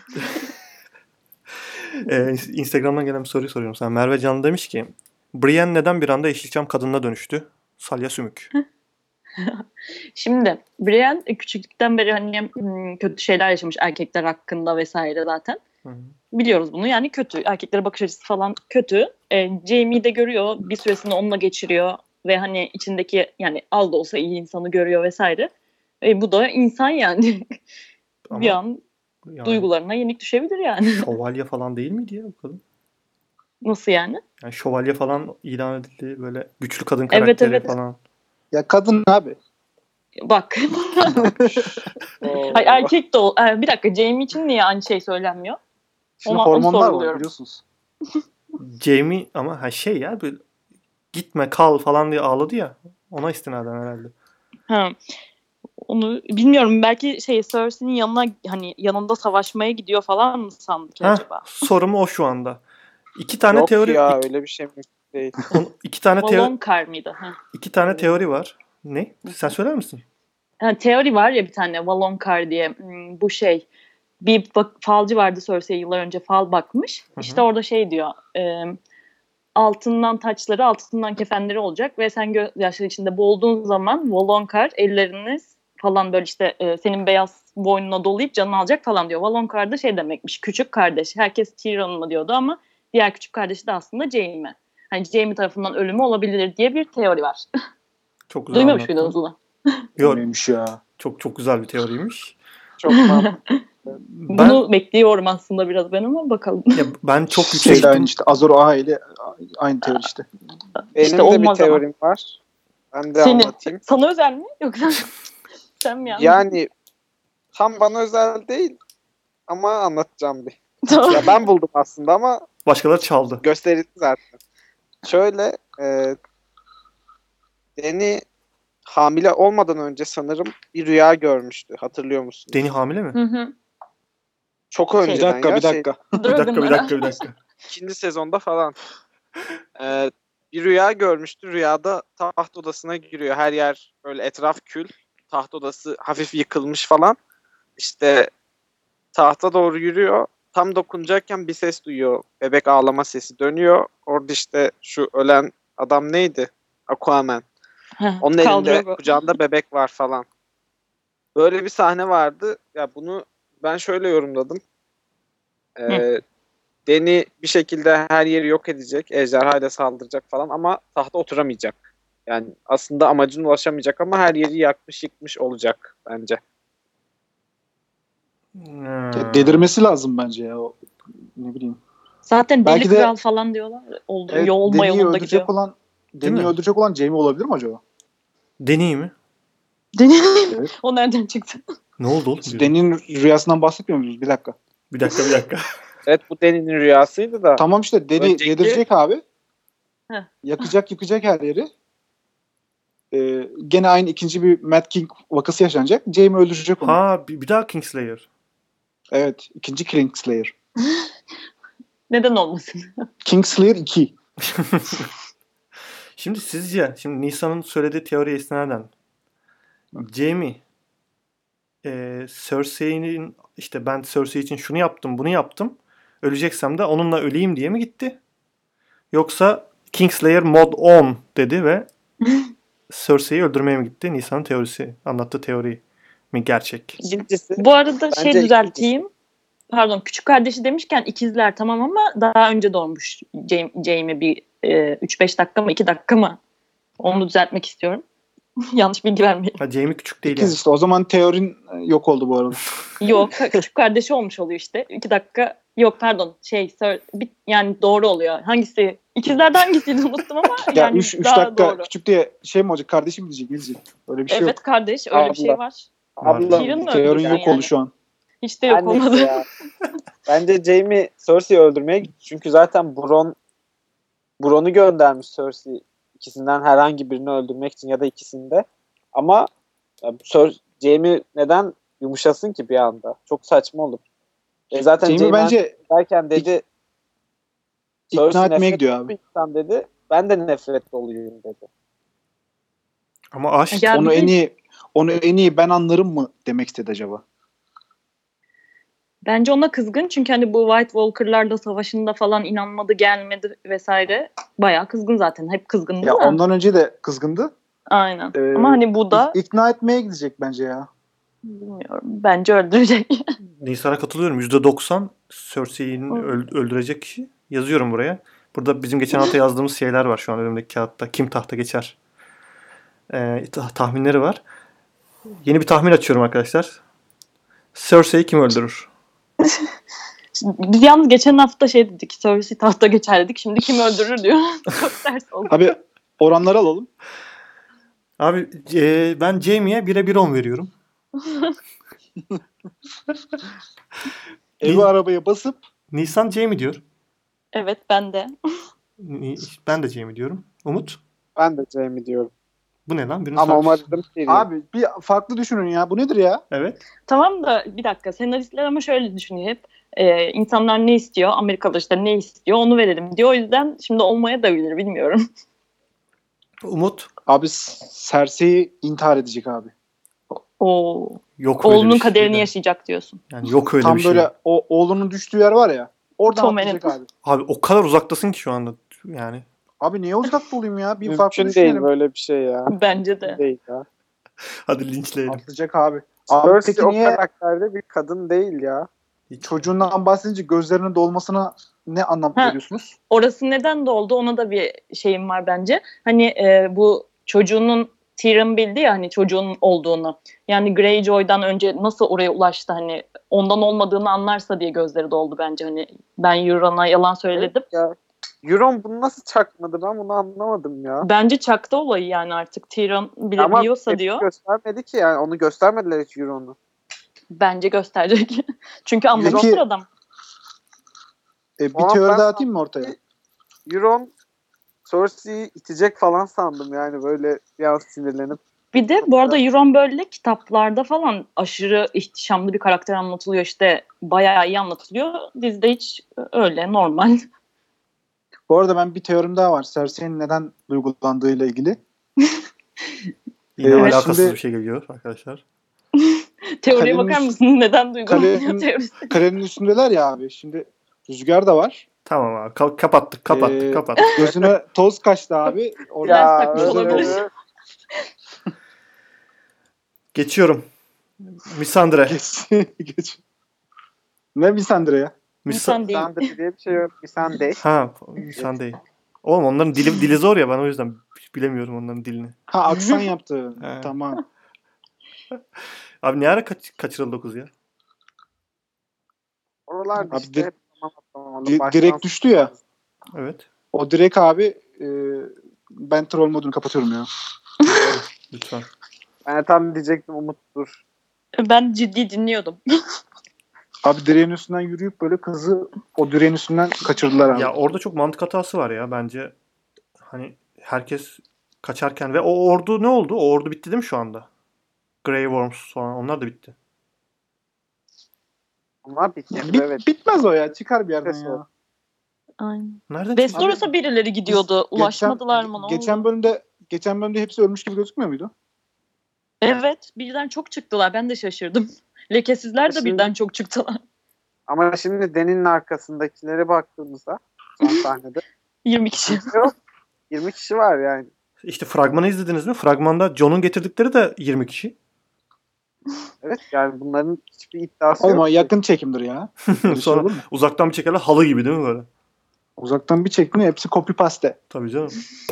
Ee, Instagram'dan gelen bir soruyu soruyorum sana. Merve Canlı demiş ki Brienne neden bir anda Yeşilçam kadınına dönüştü? Salya sümük. Şimdi Brienne küçüklükten beri hani hmm, kötü şeyler yaşamış erkekler hakkında vesaire zaten. Hı hı. Biliyoruz bunu, yani kötü. Erkeklere bakış açısı falan kötü. E, Jaime'yi de görüyor. Bir süresini onunla geçiriyor. Ve hani içindeki yani az da olsa iyi insanı görüyor vesaire. E, bu da insan yani. Ama bir an yani duygularına yenik düşebilir yani. şövalye falan değil miydi ya bu kadın? Nasıl yani? Yani şövalye falan ilan edildi. Böyle güçlü kadın Evet, karakteri evet. falan. Ya kadın abi. Bak. Oo. Hayır, erkek de ol. Ee, bir dakika, Jamie için niye aynı şey söylenmiyor? Şimdi Ona- onu hormonlar var sorguluyorum. biliyorsunuz. Jamie ama ha şey ya böyle gitme kal falan diye ağladı ya. Ona istinaden herhalde. Ha. Onu bilmiyorum. Belki şey Cersei'nin yanına hani yanında savaşmaya gidiyor falan mı sandı ki Ha, acaba? sorum o şu anda. İki tane Yok teori ya iki, öyle bir şey mümkün değil. on- iki tane teo- Valonqar mıydı? Ha. iki tane teori var. Ne? Sen söyler misin? Ha, teori var ya bir tane Valonqar diye. Hmm, bu şey bir bak, falcı vardı Cersei yıllar önce fal bakmış. Hı hı. İşte orada şey diyor. E, altından taçları, altından kefenleri olacak ve sen gözyaşları içinde boğulduğun zaman Valonqar elleriniz falan böyle işte e, senin beyaz boynuna dolayıp canını alacak falan diyor. Valonqar da şey demekmiş, küçük kardeş. Herkes Tyrion mu diyordu ama diğer küçük kardeşi de aslında Jaime. Hani Jaime tarafından ölümü olabilir diye bir teori var. Çok güzel Duymamış anlattın. mıydınız bunu? Yok, Neymiş ya. çok çok güzel bir teoriymiş. Çok mantıklı. Ben Bunu bekliyorum aslında biraz ben ama bakalım. ya ben çok yüksek Şeyle aynı ihtim- işte. Azor Aha ile aynı teori işte. Benim İşte de bir olmaz ama. teorim var. Ben de Senin. anlatayım. Sana özel mi? Yoksa sen mi yani? Yani tam bana özel değil ama anlatacağım bir. Tamam. Ya ben buldum aslında ama başkaları çaldı. gösterildi zaten. Şöyle e, Dany hamile olmadan önce sanırım bir rüya görmüştü. Hatırlıyor musunuz? Deni hamile mi? Hı hı. Çok Şey- Bir önceden dakika ya. bir Şey, dakika. Bir dakika bir dakika bir dakika. ikinci sezonda falan. Ee, bir rüya görmüştü. Rüyada taht odasına giriyor. Her yer böyle etraf kül. Taht odası hafif yıkılmış falan. İşte tahta doğru yürüyor. Tam dokunacakken bir ses duyuyor. Bebek ağlama sesi dönüyor. Orada işte şu ölen adam neydi? Aquaman. Heh, Onun elinde kaldırıyor. kucağında bebek var falan. Böyle bir sahne vardı. Ya bunu ben şöyle yorumladım. Ee, Dany bir şekilde her yeri yok edecek. Ejderhayla saldıracak falan ama tahta oturamayacak. Yani aslında amacına ulaşamayacak ama her yeri yakmış yıkmış olacak bence. Hmm. Ya delirmesi lazım bence ya. O, ne bileyim. Zaten Belki deli de- kral falan diyorlar. Oldu, Evet, yolma Dany'yi yolunda öldürecek gidiyor. olan Değil Dany'yi mi? öldürecek olan Jaime olabilir mi acaba? Deni mi? Evet. O nereden çıktı? Ne oldu oğlum? Siz diyorum. Dany'nin rüyasından bahsetmiyor musunuz? Bir dakika. Bir dakika bir dakika. Evet bu Dany'nin rüyasıydı da. Tamam işte Dany Önceki- delirecek abi. Heh. Yakacak yıkacak her yeri. Ee, gene aynı ikinci bir Mad King vakası yaşanacak. Jaime öldürecek onu. Ha bir, bir daha Kingslayer. Evet. ikinci Kingslayer. Neden olmasın? Kingslayer iki. Şimdi sizce, şimdi Nisan'ın söylediği teoriye istinaden Jaime e, Cersei'nin işte ben Cersei için şunu yaptım bunu yaptım öleceksem de onunla öleyim diye mi gitti? Yoksa Kingslayer mod on dedi ve Cersei'yi öldürmeye mi gitti? Nisan'ın teorisi, anlattığı teori mi gerçek? İkincisi Bu arada şey Bence düzelteyim. Pardon, küçük kardeşi demişken ikizler tamam ama daha önce doğmuş Jaime, Jaime bir e, üç beş dakika mı iki dakika mı? Onu düzeltmek istiyorum. Yanlış bilgi vermeyeyim. Ha Jaime küçük değil İkiz yani. işte. O zaman teorin yok oldu bu arada. Yok, küçük kardeşi olmuş oluyor işte. iki dakika. Yok pardon şey sor- bir- yani doğru oluyor. Hangisi? İkizlerden hangisiydi unuttum ama Ya yani 3 daha dakika doğru. küçük diye şey mi olacak? Kardeşim mi diyecek? Ne diyecek? Öyle bir şey Evet yok. kardeş öyle bir şey Abla. var. abla Tyrion mu Teorin öldüreceksin yok oldu yani? şu an. Hiç de yok her neyse olmadı. ya. Bence Jaime Cersei'yi öldürmeye gitti. Çünkü zaten Bronn Bronn'u göndermiş Cersei ikisinden herhangi birini öldürmek için ya da ikisini de. Ama ya, Cer- Jaime neden yumuşasın ki bir anda? Çok saçma olur. E zaten Jaime Jaime bence derken dedi ikna Cersei etmeye nefret gidiyor dolu abi. bir insan dedi. Ben de nefret doluyum dedi. Ama aşk Ya onu bir de- en iyi onu en iyi ben anlarım mı demek istedi acaba? Bence ona kızgın çünkü hani bu White Walker'larla savaşında falan inanmadı gelmedi vesaire. Bayağı kızgın zaten. Hep kızgındı Ya da. ondan önce de kızgındı. Aynen. Ee, Ama hani bu da İk- ikna etmeye gidecek bence ya. bilmiyorum. Bence öldürecek. Nisan'a katılıyorum. yüzde doksan Cersei'yi Hı. öl- öldürecek kişi. Yazıyorum buraya. Burada bizim geçen hafta yazdığımız şeyler var şu an önümdeki kağıtta. Kim tahta geçer? Ee, ta- tahminleri var. Yeni bir tahmin açıyorum arkadaşlar. Cersei'yi kim öldürür? Biz yalnız geçen hafta şey dedik. Cersei tahta geçer dedik. Şimdi kim öldürür diyor. Çok ters oldu. Abi oranları alalım. Abi e, ben Jaime'ye bire bir on veriyorum. Evi Ni- arabaya basıp Nisan Jaime diyor. Evet ben de. Ni- Ben de Jaime diyorum. Umut? Ben de Jamie diyorum. Bu ne lan? Birini Ama sarmış. umarım Tyrion. abi bir farklı düşünün ya. Bu nedir ya? Evet. Tamam da bir dakika. Senaristler ama şöyle düşünüyor hep. Ee, insanlar ne istiyor? Amerikalı işte ne istiyor? Onu verelim diyor. O yüzden şimdi olmaya da bilir. Bilmiyorum. Umut? Abi Cersei intihar edecek abi. Oo. Yok öyle Oğlunun bir şey. kaderini Yani. yaşayacak diyorsun. Yani yok öyle Tam bir şey. böyle o oğlunun düştüğü yer var ya. Oradan Tom atlayacak Hanks. abi. Abi o kadar uzaktasın ki şu anda. Yani. Abi niye uzakta olayım ya? Bir farklı Mümkün değil düşünelim. böyle bir şey ya. Bence de. Mümkün değil ya. Hadi linçleyelim. Atlayacak abi. Abi Cersei peki o niye karakterde bir kadın değil ya. Hiç. çocuğundan bahsedince gözlerinin dolmasına ne anlam Ha. veriyorsunuz? Orası neden doldu ona da bir şeyim var bence. Hani e, bu çocuğunun Tyrion bildi ya hani çocuğun olduğunu. Yani Greyjoy'dan önce nasıl oraya ulaştı hani ondan olmadığını anlarsa diye gözleri doldu bence. Hani ben Euron'a yalan söyledim. Ya. Euron bunu nasıl çakmadı ben bunu anlamadım ya. Bence çaktı olayı yani artık Tyrion bile Ama biliyorsa hep diyor. göstermedi ki yani onu göstermediler hiç Euron'u. Bence gösterecek. Çünkü anlamıştır Peki- adam. E, bir O an teori ben- daha atayım mı ortaya? Euron Cersei'yi itecek falan sandım yani böyle bir an sinirlenip. Bir de bu arada Euron böyle kitaplarda falan aşırı ihtişamlı bir karakter anlatılıyor. İşte bayağı iyi anlatılıyor. Dizide hiç öyle normal. Bu arada ben bir teorim daha var. Cersei'nin neden duygulandığıyla ilgili. Yine Evet, alakasız şimdi- bir şey geliyor arkadaşlar. Teoriye Kalenin bakar üst- mısın? Neden duygulanıyor Kalenin- teorisi? Kalenin üstündeler ya abi. Şimdi rüzgar da var. Tamam abi. Ka- kapattık. Kapattık. Ee, kapattık. Gözüne toz kaçtı abi. Orada Lens takmış öyle olabilir. oldu. Geçiyorum. Misandre. Geç. Geç. Ne Misandre ya? Misa- İnsan değil. Missandei diye bir şey yok. Missandei. ha, Missandei. Oğlum onların dili, dili zor ya ben o yüzden bilemiyorum onların dilini. Ha aksan yaptı. He. Tamam. Abi ne ara kaç, kaçırıldı dokuz ya? Oralarda Abi işte di- hep tamam tamam. di- Baştan direkt düştü ya. Evet. O direkt abi e, ben troll modunu kapatıyorum ya. Lütfen. Ben de tam diyecektim Umut dur. Ben ciddi dinliyordum. Abi direğin üstünden yürüyüp böyle kızı o direğin üstünden kaçırdılar abi. Ya orada çok mantık hatası var ya bence. Hani herkes kaçarken ve o ordu ne oldu? O ordu bitti değil mi şu anda? Grey Worms falan onlar da bitti. Onlar bitti Bit- evet. Bitmez o ya. Çıkar bir yerden Bitmez ya. Aynen. Nereden çıktı? Vestoros'a birileri gidiyordu. Ulaşmadılar mı? Ne Geçen oldu? bölümde geçen bölümde hepsi ölmüş gibi gözükmüyor muydu? Evet. Birden çok çıktılar. Ben de şaşırdım. Lekesizler de Şimdi- birden çok çıktılar. Ama şimdi Deni'nin arkasındakilere baktığımızda son sahnede yirmi kişi. yok. yirmi kişi var yani. İşte fragmanı izlediniz mi? Fragmanda Jon'un getirdikleri de yirmi kişi. Evet yani bunların hiçbir iddiası Olma yok. yakın çekimdir ya. Öyle şey Sonra olur mu? uzaktan bir çekerler halı gibi değil mi böyle? Uzaktan bir çektim hepsi copy paste. Tabii canım.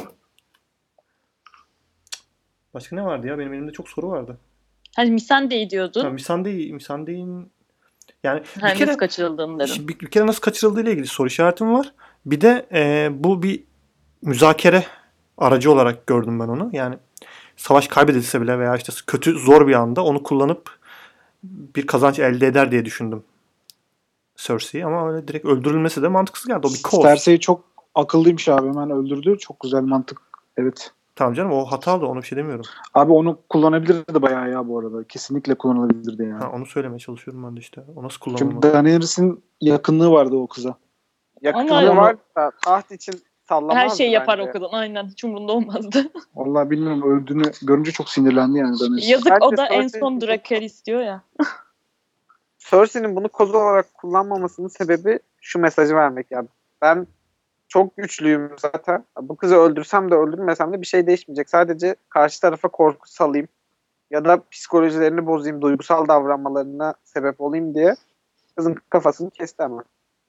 Başka ne vardı ya? Benim elimde çok soru vardı. Hani Missandei diyordun. Ha, Missandei, Missandei'nin yani bir Hani kere nasıl kaçırıldığını dedim. Şimdi bir, bir kere nasıl kaçırıldığı ile ilgili soru işaretim var. Bir de e, bu bir müzakere aracı olarak gördüm ben onu. Yani savaş kaybedilse bile veya işte kötü zor bir anda onu kullanıp bir kazanç elde eder diye düşündüm Cersei ama öyle direkt öldürülmesi de mantıksız geldi. O bir cause. Cersei çok akıllıymış abi hemen öldürdü. Çok güzel mantık. Evet. Tamam canım o hatalı onu bir şey demiyorum. Abi onu kullanabilirdi bayağı ya bu arada. Kesinlikle kullanılabilirdi yani. Ha, onu söylemeye çalışıyorum ben de işte. O nasıl Çünkü kullanılmalı? Daenerys'in yakınlığı vardı o kıza. Yakını Ama- var da taht için sallamaz. Her şeyi yapar bence. o kadın. Aynen. Hiç umurunda olmazdı. Vallahi bilmiyorum öldüğünü görünce çok sinirlendi yani Daenerys. Yazık o Bence da en Cersei- son Dracarys diyor ya. Cersei'nin bunu koz olarak kullanmamasının sebebi şu mesajı vermek ya. Ben çok güçlüyüm zaten. Bu kızı öldürsem de öldürmesem de bir şey değişmeyecek. Sadece karşı tarafa korku salayım ya da psikolojilerini bozayım, duygusal davranmalarına sebep olayım diye kızın kafasını kesti ama.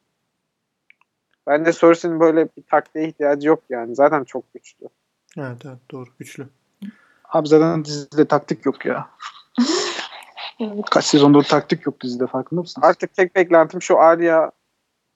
Bence Cersei'nin böyle bir taktiğe ihtiyacı yok yani. Zaten çok güçlü. Evet evet doğru güçlü. Abi zaten dizide taktik yok ya. Evet. Kaç sezondur taktik yok dizide farkında mısın? Artık tek beklentim şu Arya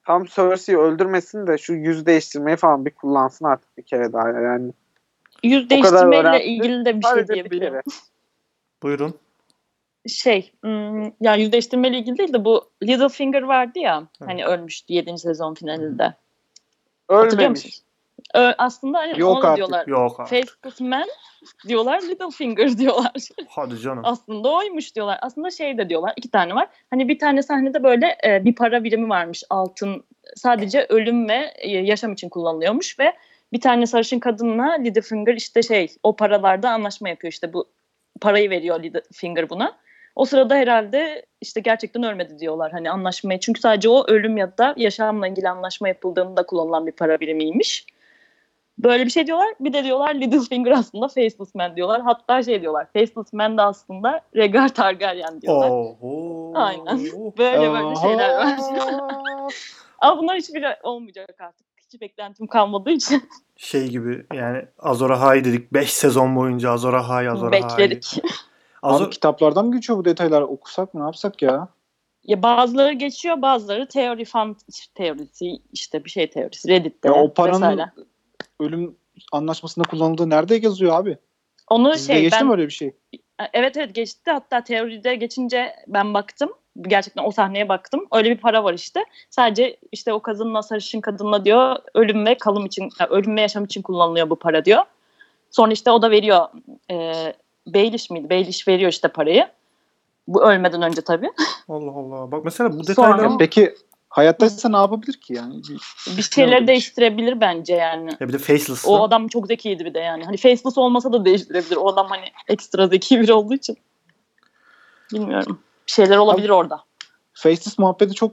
tam Cersei'yi öldürmesin de şu yüz değiştirmeyi falan bir kullansın artık bir kere daha yani. Yüz O kadar değiştirmeyle öğrendi. ilgili de bir şey Sadece bir diyebilirim. kere. Buyurun. Şey, hmm, ya yüz değiştirmeyle ilgili değil de bu Littlefinger vardı ya, Evet. hani ölmüştü yedinci sezon finalinde. Hatırlıyor Ölmemiş. musunuz? Ö, aslında hani Yok ona da artık. diyorlar. Yok abi. Faceless Man diyorlar, Littlefinger diyorlar. Hadi canım. Aslında oymuş diyorlar. Aslında şey de diyorlar, iki tane var. Hani bir tane sahnede böyle e, bir para birimi varmış, altın. Sadece ölüm ve e, yaşam için kullanılıyormuş ve bir tane sarışın kadınla Littlefinger işte şey, o paralarda anlaşma yapıyor, işte bu parayı veriyor Littlefinger buna. O sırada herhalde işte gerçekten ölmedi diyorlar hani anlaşmaya. Çünkü sadece o ölüm ya da yaşamla ilgili anlaşma yapıldığında kullanılan bir para birimiymiş. Böyle bir şey diyorlar. Bir de diyorlar Littlefinger aslında Faceless Man diyorlar. Hatta şey diyorlar. Faceless Man de aslında Rhaegar Targaryen diyorlar. Oho. Aynen. Böyle böyle şeyler var. Oho. Ama bunlar hiçbiri olmayacak artık. Hiç beklentim kalmadığı için Şey gibi yani Azor Ahai dedik. beş sezon boyunca Azor Ahai, Azor Ahai. bekledik. Azor... Abi kitaplardan mı geçiyor bu detaylar? Okusak mı? Ne yapsak ya? Ya bazıları geçiyor, bazıları teori fan teorisi, işte bir şey teorisi, Reddit'te Ya o paranın vesaire. ölüm anlaşmasında kullanıldığı nerede yazıyor abi? Onu Dizide şey geçti ben mi öyle bir şey? evet evet geçti, hatta teoride geçince ben baktım. Gerçekten o sahneye baktım. Öyle bir para var işte. Sadece işte o kadınla, sarışın kadınla diyor ölüm ve kalım için, yani ölüm ve yaşam için kullanılıyor bu para diyor. Sonra işte o da veriyor. E, Baelish miydi? Baelish veriyor işte parayı. Bu ölmeden önce tabii. Allah Allah. Bak mesela bu Sonra- detayların... Ya peki hayattaysa ne yapabilir ki yani? Bir, Bir şeyleri Ne değiştirebilir bence yani. Ya bir de Faceless. O adam çok zekiydi bir de yani. Hani faceless olmasa da değiştirebilir. O adam hani ekstra zeki biri olduğu için. Bilmiyorum. Bir şeyler olabilir Abi- orada. Faceless muhabbeti çok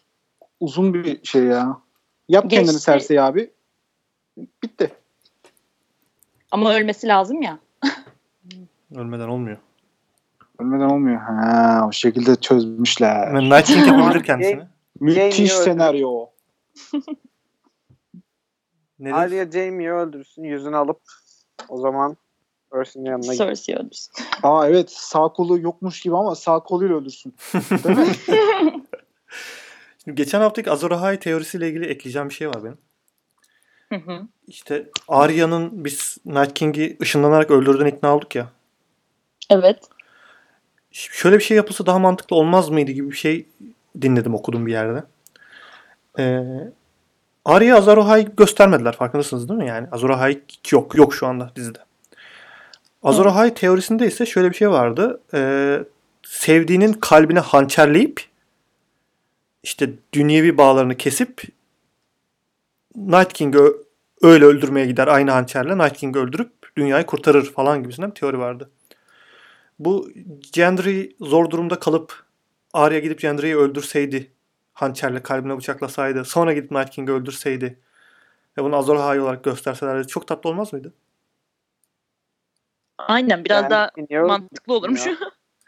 uzun bir şey ya. Yap Geçti. kendini Cersei abi. Bitti. Ama ölmesi lazım ya. Ölmeden olmuyor. Ölmeden olmuyor. Ha, o şekilde çözmüşler. Yani Night King yapabilir kendisini. Müthiş Jamie'yi öldür. senaryo. Nedir? Arya Jaime'yi öldürsün, yüzünü alıp o zaman Cersei'nin yanına git. Cersei öldürsün. Aa evet, sağ kolu yokmuş gibi ama sağ koluyla öldürsün. Değil mi? Şimdi geçen haftaki Azor Ahai teorisiyle ilgili ekleyeceğim bir şey var benim. Hı hı. İşte Arya'nın biz Night King'i ışınlanarak öldürdüğüne ikna olduk ya. Evet. Ş- Şöyle bir şey yapılsa daha mantıklı olmaz mıydı gibi bir şey dinledim, okudum bir yerde. Ee, Arya'yı Azor Ahai göstermediler, farkındasınız değil mi? Yani Azor Ahai yok, yok şu anda dizide. Azor Evet. Ahai teorisinde ise şöyle bir şey vardı. Ee, sevdiğinin kalbine hançerleyip işte dünyevi bağlarını kesip Night King'i ö- öyle öldürmeye gider aynı hançerle. Night King'i öldürüp dünyayı kurtarır falan gibisinden bir teori vardı. Bu Gendry zor durumda kalıp Arya gidip Gendry'yi öldürseydi, hançerle kalbine bıçaklasaydı, sonra gidip Night King'i öldürseydi ve bunu Azor Ahai olarak gösterselerdi çok tatlı olmaz mıydı? Aynen, biraz Yani daha niye mantıklı olurmuş. ya?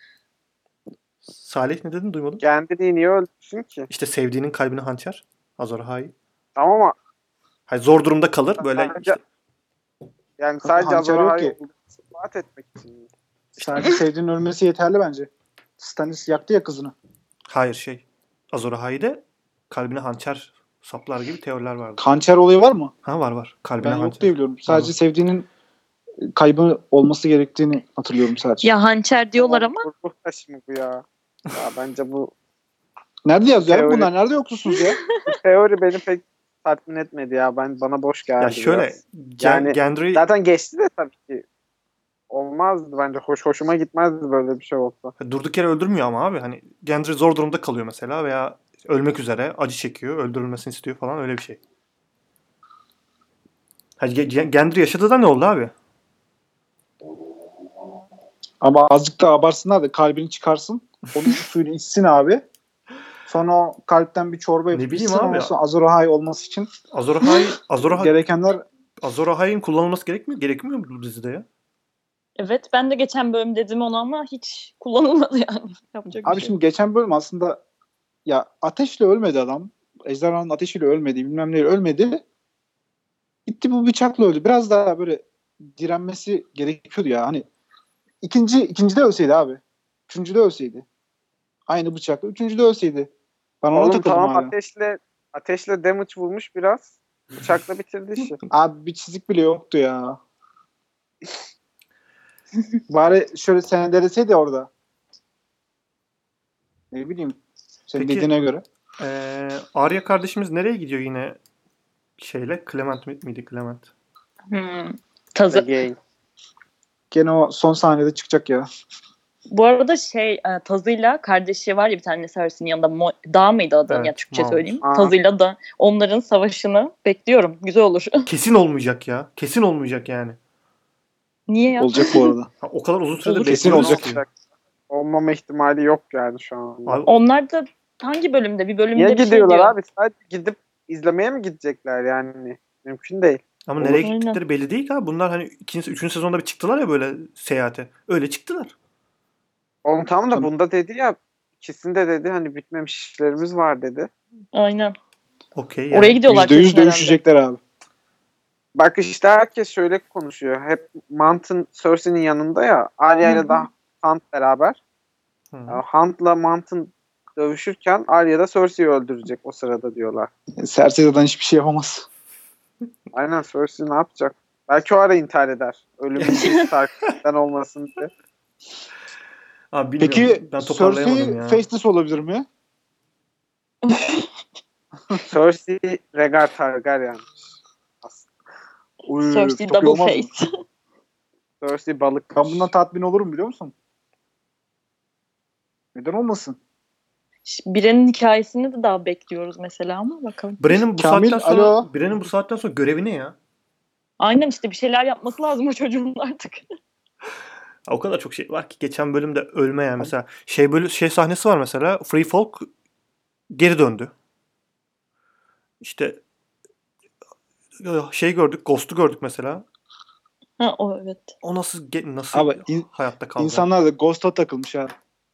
Salih ne dedin, duymadım. Kendini niye öldürsün ki? İşte sevdiğinin kalbine hançer. Azor Ahai. Tamam ama Hayır, zor durumda kalır böyle Sadece- işte. yani sadece hançer Azor yok Ahai ki. ispat etmek için. Sadece sevdiğinin ölmesi yeterli bence. Stannis yaktı ya kızını. Hayır şey. Azor Ahai'de kalbine hançer saplar gibi teoriler vardı. Hançer olayı var mı? Ha var var. Kalbine Ben yok hançer. diye biliyorum. Sadece Var. sevdiğinin kaybı olması gerektiğini hatırlıyorum sadece. Ya hançer diyorlar ama Bu ruh taşı mı bu ya? Ya bence bu, Nerede yazıyor abi Teori- bunlar? Nerede okursunuz ya? bu teori beni pek tatmin etmedi ya. Ben bana boş geldi. Ya şöyle biraz. Gen- Yani Gendry Zaten geçti de tabii ki. Olmazdı bence. Hoş hoşuma gitmezdi böyle bir şey olsa. durduk yere öldürmüyor ama abi. Hani Gendry zor durumda kalıyor mesela veya ölmek üzere, acı çekiyor, öldürülmesini istiyor falan, öyle bir şey. Hadi Ge- Gendry yaşadı da ne oldu abi? Ama azıcık da abarsınlar da kalbini çıkarsın. Onun suyunu içsin abi. Sonra o kalpten bir çorba yapıp Ne bileyim içsin. abi Ondan ya. sonra Azor Ahai olması için Azor Ahai, Azor Ahai, gerekenler Azor Ahai'nin kullanılması gerekmiyor, gerekmiyor mu bu dizide ya? evet, ben de geçen bölüm dedim onu ama hiç kullanılmadı yani. Yapacak bir abi şey. şimdi geçen bölüm aslında ya ateşle ölmedi adam. Ejderhanın ateşiyle ölmedi. Bilmem neyle ölmedi. Gitti bu bıçakla öldü. Biraz daha böyle direnmesi gerekiyordu ya. Hani ikinci ikincide ölseydi abi. Üçüncüde ölseydi. Aynı bıçakla. Üçüncüde ölseydi. Ben ona Oğlum takıldım tamam hala. ateşle ateşle damage vurmuş biraz. Bıçakla bitirdi işi. Abi bir çizik bile yoktu ya. Bari şöyle sen deseydi orada. Ne bileyim. Senin Peki- dediğine göre. Ee, Arya kardeşimiz nereye gidiyor yine şeyle? Clement mi- miydi Clement? Hmm. Tazı. Again. Gene o son sahnede çıkacak ya. Bu arada şey e, Tazı'yla kardeşi var ya bir tane Cersei'nin yanında Mo- Dağ mıydı adı Evet, ya Türkçe Mount. söyleyeyim. Aa. Tazı'yla da onların savaşını bekliyorum. Güzel olur. Kesin olmayacak ya. Kesin olmayacak yani. Niye ya? Olacak bu arada. Ha, o kadar uzun süredir Olur. Kesin bekliyoruz olacak. ki. Olmama ihtimali yok yani şu anda. Abi, Onlar da hangi bölümde? Bir bölümde Niye bir şey gidiyorlar diyor. abi? Sadece gidip izlemeye mi gidecekler yani? Mümkün değil. ama Olur. nereye Aynen. gittikleri belli değil ha. Bunlar hani ikinci, üçüncü sezonda bir çıktılar ya böyle seyahate. Öyle çıktılar. Oğlum tamam da Tamam. bunda dedi ya, ikisinde dedi hani bitmemiş işlerimiz var dedi. Aynen. Okey Oraya yani. gidiyorlar Yüzde yüz kesin herhalde. dövüşecekler abi. Bak işte herkes şöyle konuşuyor. Hep Mant'ın Cersei'nin yanında ya. Arya Hı ile hı. da Hunt beraber. Hı. Ya Hunt'la Mant'ın dövüşürken Arya da Cersei'yi öldürecek o sırada diyorlar. Cersei zaten hiçbir şey yapamaz. Aynen, Cersei ne yapacak? Belki o ara intihar eder. Ölümün bir Stark'tan olmasın diye. Abi bilmiyorum. Peki Ben toparlayamadım Cersei ya. Faceless olabilir mi? Cersei Rhaegar Targaryen. Aslında. Uy, Cersei çok iyi double olmaz mı? face. Cersei balık. Ben bundan tatmin olurum biliyor musun? Neden olmasın? Birinin hikayesini de daha bekliyoruz mesela ama bakalım. Brenn'in bu Kamil, saatten sonra alo. Brenn'in bu saatten sonra görevi ne ya? Aynen işte bir şeyler yapması lazım o çocuğun artık. Ha, o kadar çok şey var ki geçen bölümde ölme yani mesela şey böyle şey sahnesi var mesela Free Folk geri döndü. İşte şey gördük, Ghost'u gördük mesela. Ha o evet. O nasıl ge- nasıl Abi in- hayatta kaldı? İnsanlar da Ghost'a takılmış ha.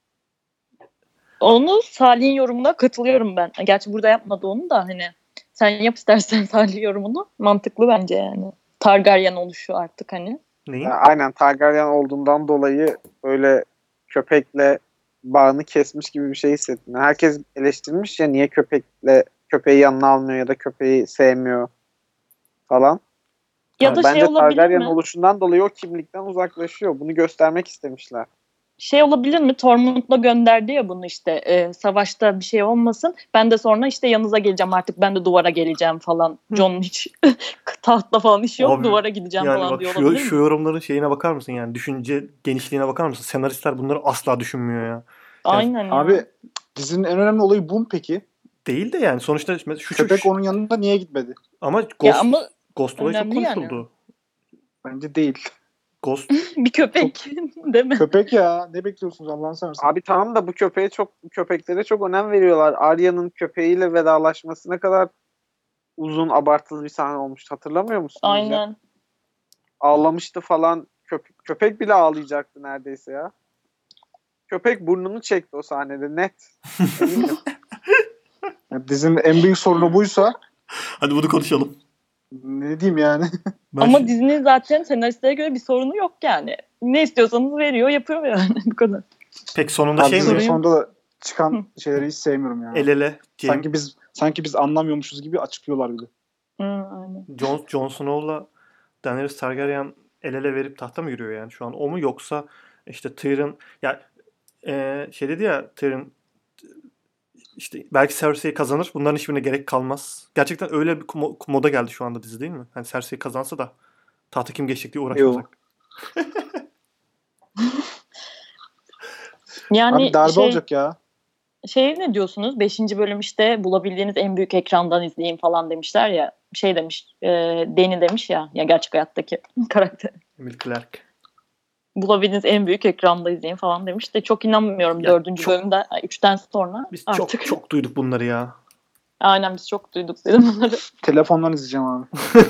Onu Salih'in yorumuna katılıyorum ben. Gerçi burada yapmadı onu da hani sen yap istersen Salih yorumunu. Mantıklı bence yani. Targaryen oluşu artık hani. Neyin? Ya aynen, Targaryen olduğundan dolayı böyle köpekle bağını kesmiş gibi bir şey hissettim. Herkes eleştirmiş ya, niye köpekle köpeği yanına almıyor ya da köpeği sevmiyor falan. Ya Yani da bence şey olabilir Targaryen mi? oluşundan dolayı o kimlikten uzaklaşıyor. Bunu göstermek istemişler. Şey olabilir mi? Tormund'la gönderdi ya bunu işte e, savaşta bir şey olmasın. Ben de sonra işte yanınıza geleceğim artık ben de duvara geleceğim falan. John'un hiç tahtla falan işi yok Abi, duvara gideceğim Yani falan bak diyor şu, olabilir şu mi? yorumların şeyine bakar mısın yani düşünce genişliğine bakar mısın? Senaristler bunları asla düşünmüyor ya. Aynen ya. Abi dizinin en önemli olayı bu mu peki? Değil de yani sonuçta şu, şu Köpek onun yanında niye gitmedi? ama Ghost, Ya ama Ghost olayı çok önemli yani. konuşuldu. Bence değil. Ghost bir köpek değil mi? Köpek ya. Ne bekliyorsunuz Allah'ını seversen? Abi tamam da bu köpeğe çok bu köpeklere çok önem veriyorlar. Arya'nın köpeğiyle vedalaşması ne kadar uzun, abartılı bir sahne olmuştu. Hatırlamıyor musunuz ya? Aynen. Ağlamıştı falan. Köpek, köpek bile ağlayacaktı neredeyse ya. Köpek burnunu çekti o sahnede net. Eminim. Yani dizinin en büyük sorunu buysa hadi bunu konuşalım. ne diyeyim yani? Ben Ama şi- dizinin zaten senaristlere göre bir sorunu yok yani. Ne istiyorsanız veriyor, yapıyor yani bu kadar. pek sonunda Abi şey dizinin mi? Sorayım. sonunda da çıkan şeyleri hiç sevmiyorum ya. El ele James, Sanki biz sanki biz anlamıyormuşuz gibi açıklıyorlar bir de. Hı, aynen. Jon, Jon Snow'la Daenerys Targaryen el ele verip tahta mı yürüyor yani şu an? O mu yoksa işte Tyrion ya e, şey dedi ya Tyrion işte belki Cersei kazanır. Bunların hiçbirine gerek kalmaz. Gerçekten öyle bir mo- moda geldi şu anda dizi değil mi? Hani Cersei kazansa da tahta kim geçecek diye uğraşmasak. Yani Abi darbe şey, olacak ya. şey ne diyorsunuz? Beşinci bölüm işte bulabildiğiniz en büyük ekrandan izleyin falan demişler ya. Şey demiş, e, Dany demiş ya, ya gerçek hayattaki karakter. Emilia Clarke. Bulabildiğiniz en büyük ekranda izleyin falan demiş de çok inanmıyorum Ya dördüncü çok- bölümde. Üçten sonra Biz artık. çok çok duyduk bunları ya. Aynen biz çok duyduk dedim bunları. Telefondan izleyeceğim abi.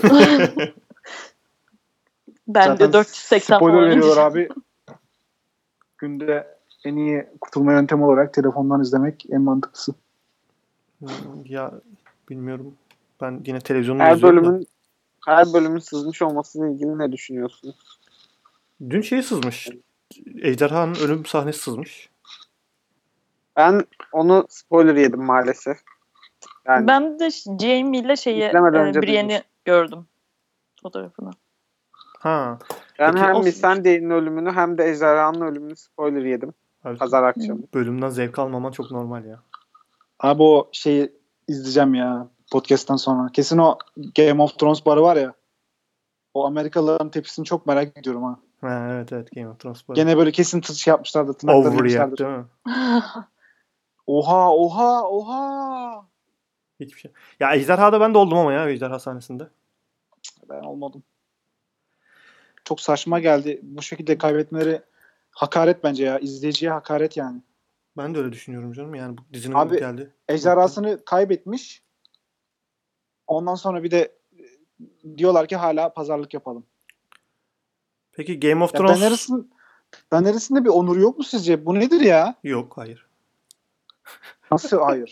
Ben Zaten de dört yüz seksen spoiler falan veriyorlar izleyeceğim. abi. Günde en iyi kurtulma yöntemi olarak telefondan izlemek en mantıklısı. Ya bilmiyorum. Ben yine televizyonda Her izliyorum da. bölümün her bölümün sızmış olmasıyla ilgili ne düşünüyorsunuz? Dün şey sızmış. Ejderhanın ölüm sahnesi sızmış. Ben onu spoiler yedim maalesef. Yani Ben de ş- Jamie ile şeyi İzlemeden e, önce Brienne'i duymuştum. gördüm fotoğrafını. Ha. ben Peki, hem olsun Missandei'nin ölümünü hem de Ejderhan'ın ölümünü spoiler yedim. abi, Pazar akşamı. bölümden zevk almaman çok normal ya. Abi o şeyi izleyeceğim ya podcast'tan sonra. Kesin o Game of Thrones barı var ya. O Amerikalıların tepkisini çok merak ediyorum ha. Ha, evet evet Game of Thrones böyle. Gene böyle kesin tı- şey yapmışlardır. Tırnaklarını Overreact yemişlerdir. değil mi? Oha oha oha. Hiçbir şey. Ya Ejderha'da ben de oldum ama ya Ejderha sahnesinde. Ben olmadım. Çok saçma geldi. Bu şekilde kaybetmeleri hakaret bence ya. İzleyiciye hakaret yani. Ben de öyle düşünüyorum canım. Yani bu dizinin Abi, geldi. Ejderhasını kaybetmiş. Ondan sonra bir de e, diyorlar ki hala pazarlık yapalım. Peki Game of Ya Thrones Daenerys'in Daenerys'in de bir onuru yok mu sizce? Bu nedir ya? yok, hayır. Nasıl hayır?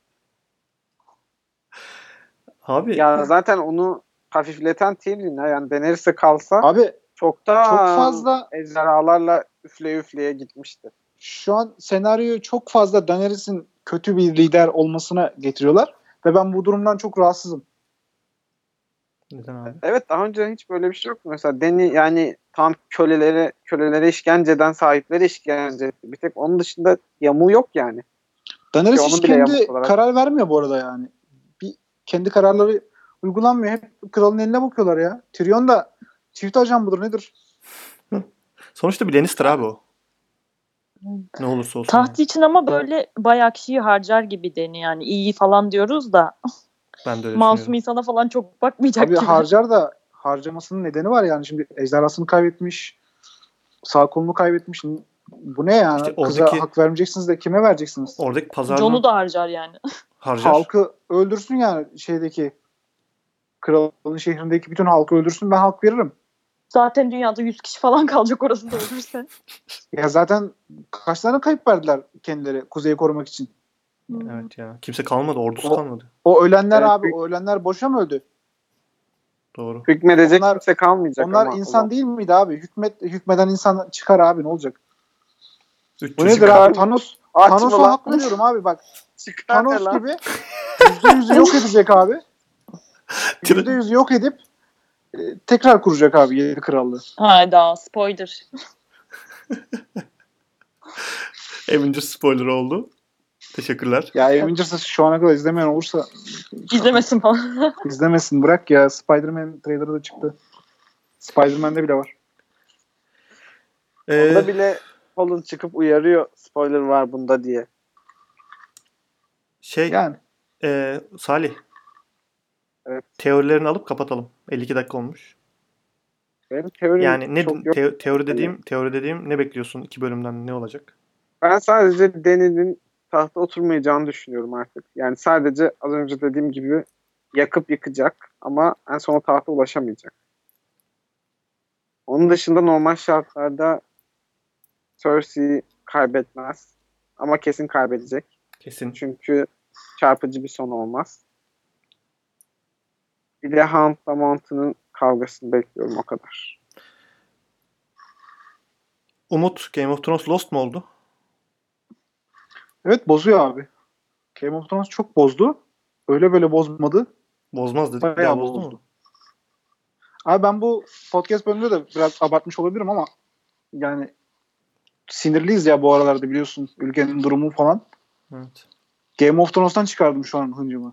Abi Ya zaten onu hafifleten Tyrion ya. Yani Daenerys'e kalsa Abi çoktan çok fazla ejderhalarla üfleye üfleye gitmişti. şu an senaryoyu çok fazla Daenerys'in kötü bir lider olmasına getiriyorlar ve ben bu durumdan çok rahatsızım. neden abi? Evet, daha önce hiç böyle bir şey yoktu. Mesela Dany yani tam kölelere kölelere işkenceden sahiplere işkence etti. Bir tek onun dışında yamuğu yok yani. Daenerys Ki hiç onun bile kendi yamuk olarak- karar vermiyor bu arada yani. Bir kendi kararları uygulanmıyor. Hep kralın eline bakıyorlar ya. Tyrion da çift ajan mudur nedir? Sonuçta bir Lannister abi o. Ne olursa olsun. Taht yani. için ama böyle bayağı kişiyi harcar gibi deniyor yani. İyi falan diyoruz da Ben de öyle masum düşünüyorum. insana falan çok bakmayacak Abi gibi. harcar da harcamasının nedeni var yani. Şimdi ejderhasını kaybetmiş. Sağ kolunu kaybetmiş. Bu ne yani? İşte Kıza oradaki- hak vermeyeceksiniz de kime vereceksiniz? Oradaki pazarlığı John'u da harcar yani. harcar. Halkı öldürsün yani şeydeki kralın şehrindeki bütün halkı öldürsün, ben halk veririm. Zaten dünyada yüz kişi falan kalacak orası da ölürse. Ya zaten kaç tane kayıp verdiler kendileri kuzeyi korumak için. Evet ya. Kimse kalmadı. Ordusu O- kalmadı. O ölenler Evet, abi büyük- o ölenler boşa mı öldü? Doğru. Hükmedecek Onlar- kimse kalmayacak Onlar ama. insan değil miydi abi? Hükmet hükmeden insan çıkar abi, ne olacak? Üç Bu çocuk. nedir Çıkar. abi? Thanos Aç Thanos'a mı lan? hak veriyorum abi bak. Çıkar ne Thanos lan? gibi yüzde yüzü yok edecek abi. Tren- Yüzde yüz yok edip e, tekrar kuracak abi yedi krallığı. Hayda spoiler. Avengers spoiler oldu. Teşekkürler. Ya Avengers'ı şu ana kadar izlemeyen olursa İzlemesin falan. izlemesin, bırak ya. Spider-Man trailerı da çıktı. Spider-Man'de bile var. Ee, Orada bile Holland çıkıp uyarıyor spoiler var bunda diye. şey Yani e, Salih. Evet. Teorilerini alıp kapatalım. elli iki dakika olmuş. Benim teorim Yani ne çok yok. te- teori dediğim teori dediğim ne bekliyorsun iki bölümden, ne olacak? Ben sadece Dany'nin tahta oturmayacağını düşünüyorum artık. Yani sadece az önce dediğim gibi yakıp yıkacak ama en son o tahta ulaşamayacak. Onun dışında normal şartlarda Cersei kaybetmez. Ama kesin kaybedecek. Kesin. Çünkü çarpıcı bir son olmaz. Bir de Hound'la Mountain'ın kavgasını bekliyorum, o kadar. Umut, Game of Thrones Lost mu oldu? evet, bozuyor abi. Game of Thrones çok bozdu. Öyle böyle bozmadı. Bozmaz dedik. Bir Bayağı daha bozdu bozdu. mu? Abi ben bu podcast bölümünde de biraz abartmış olabilirim ama yani sinirliyiz ya bu aralarda, biliyorsun ülkenin durumu falan. Evet. Game of Thrones'tan çıkardım şu an hıncımı.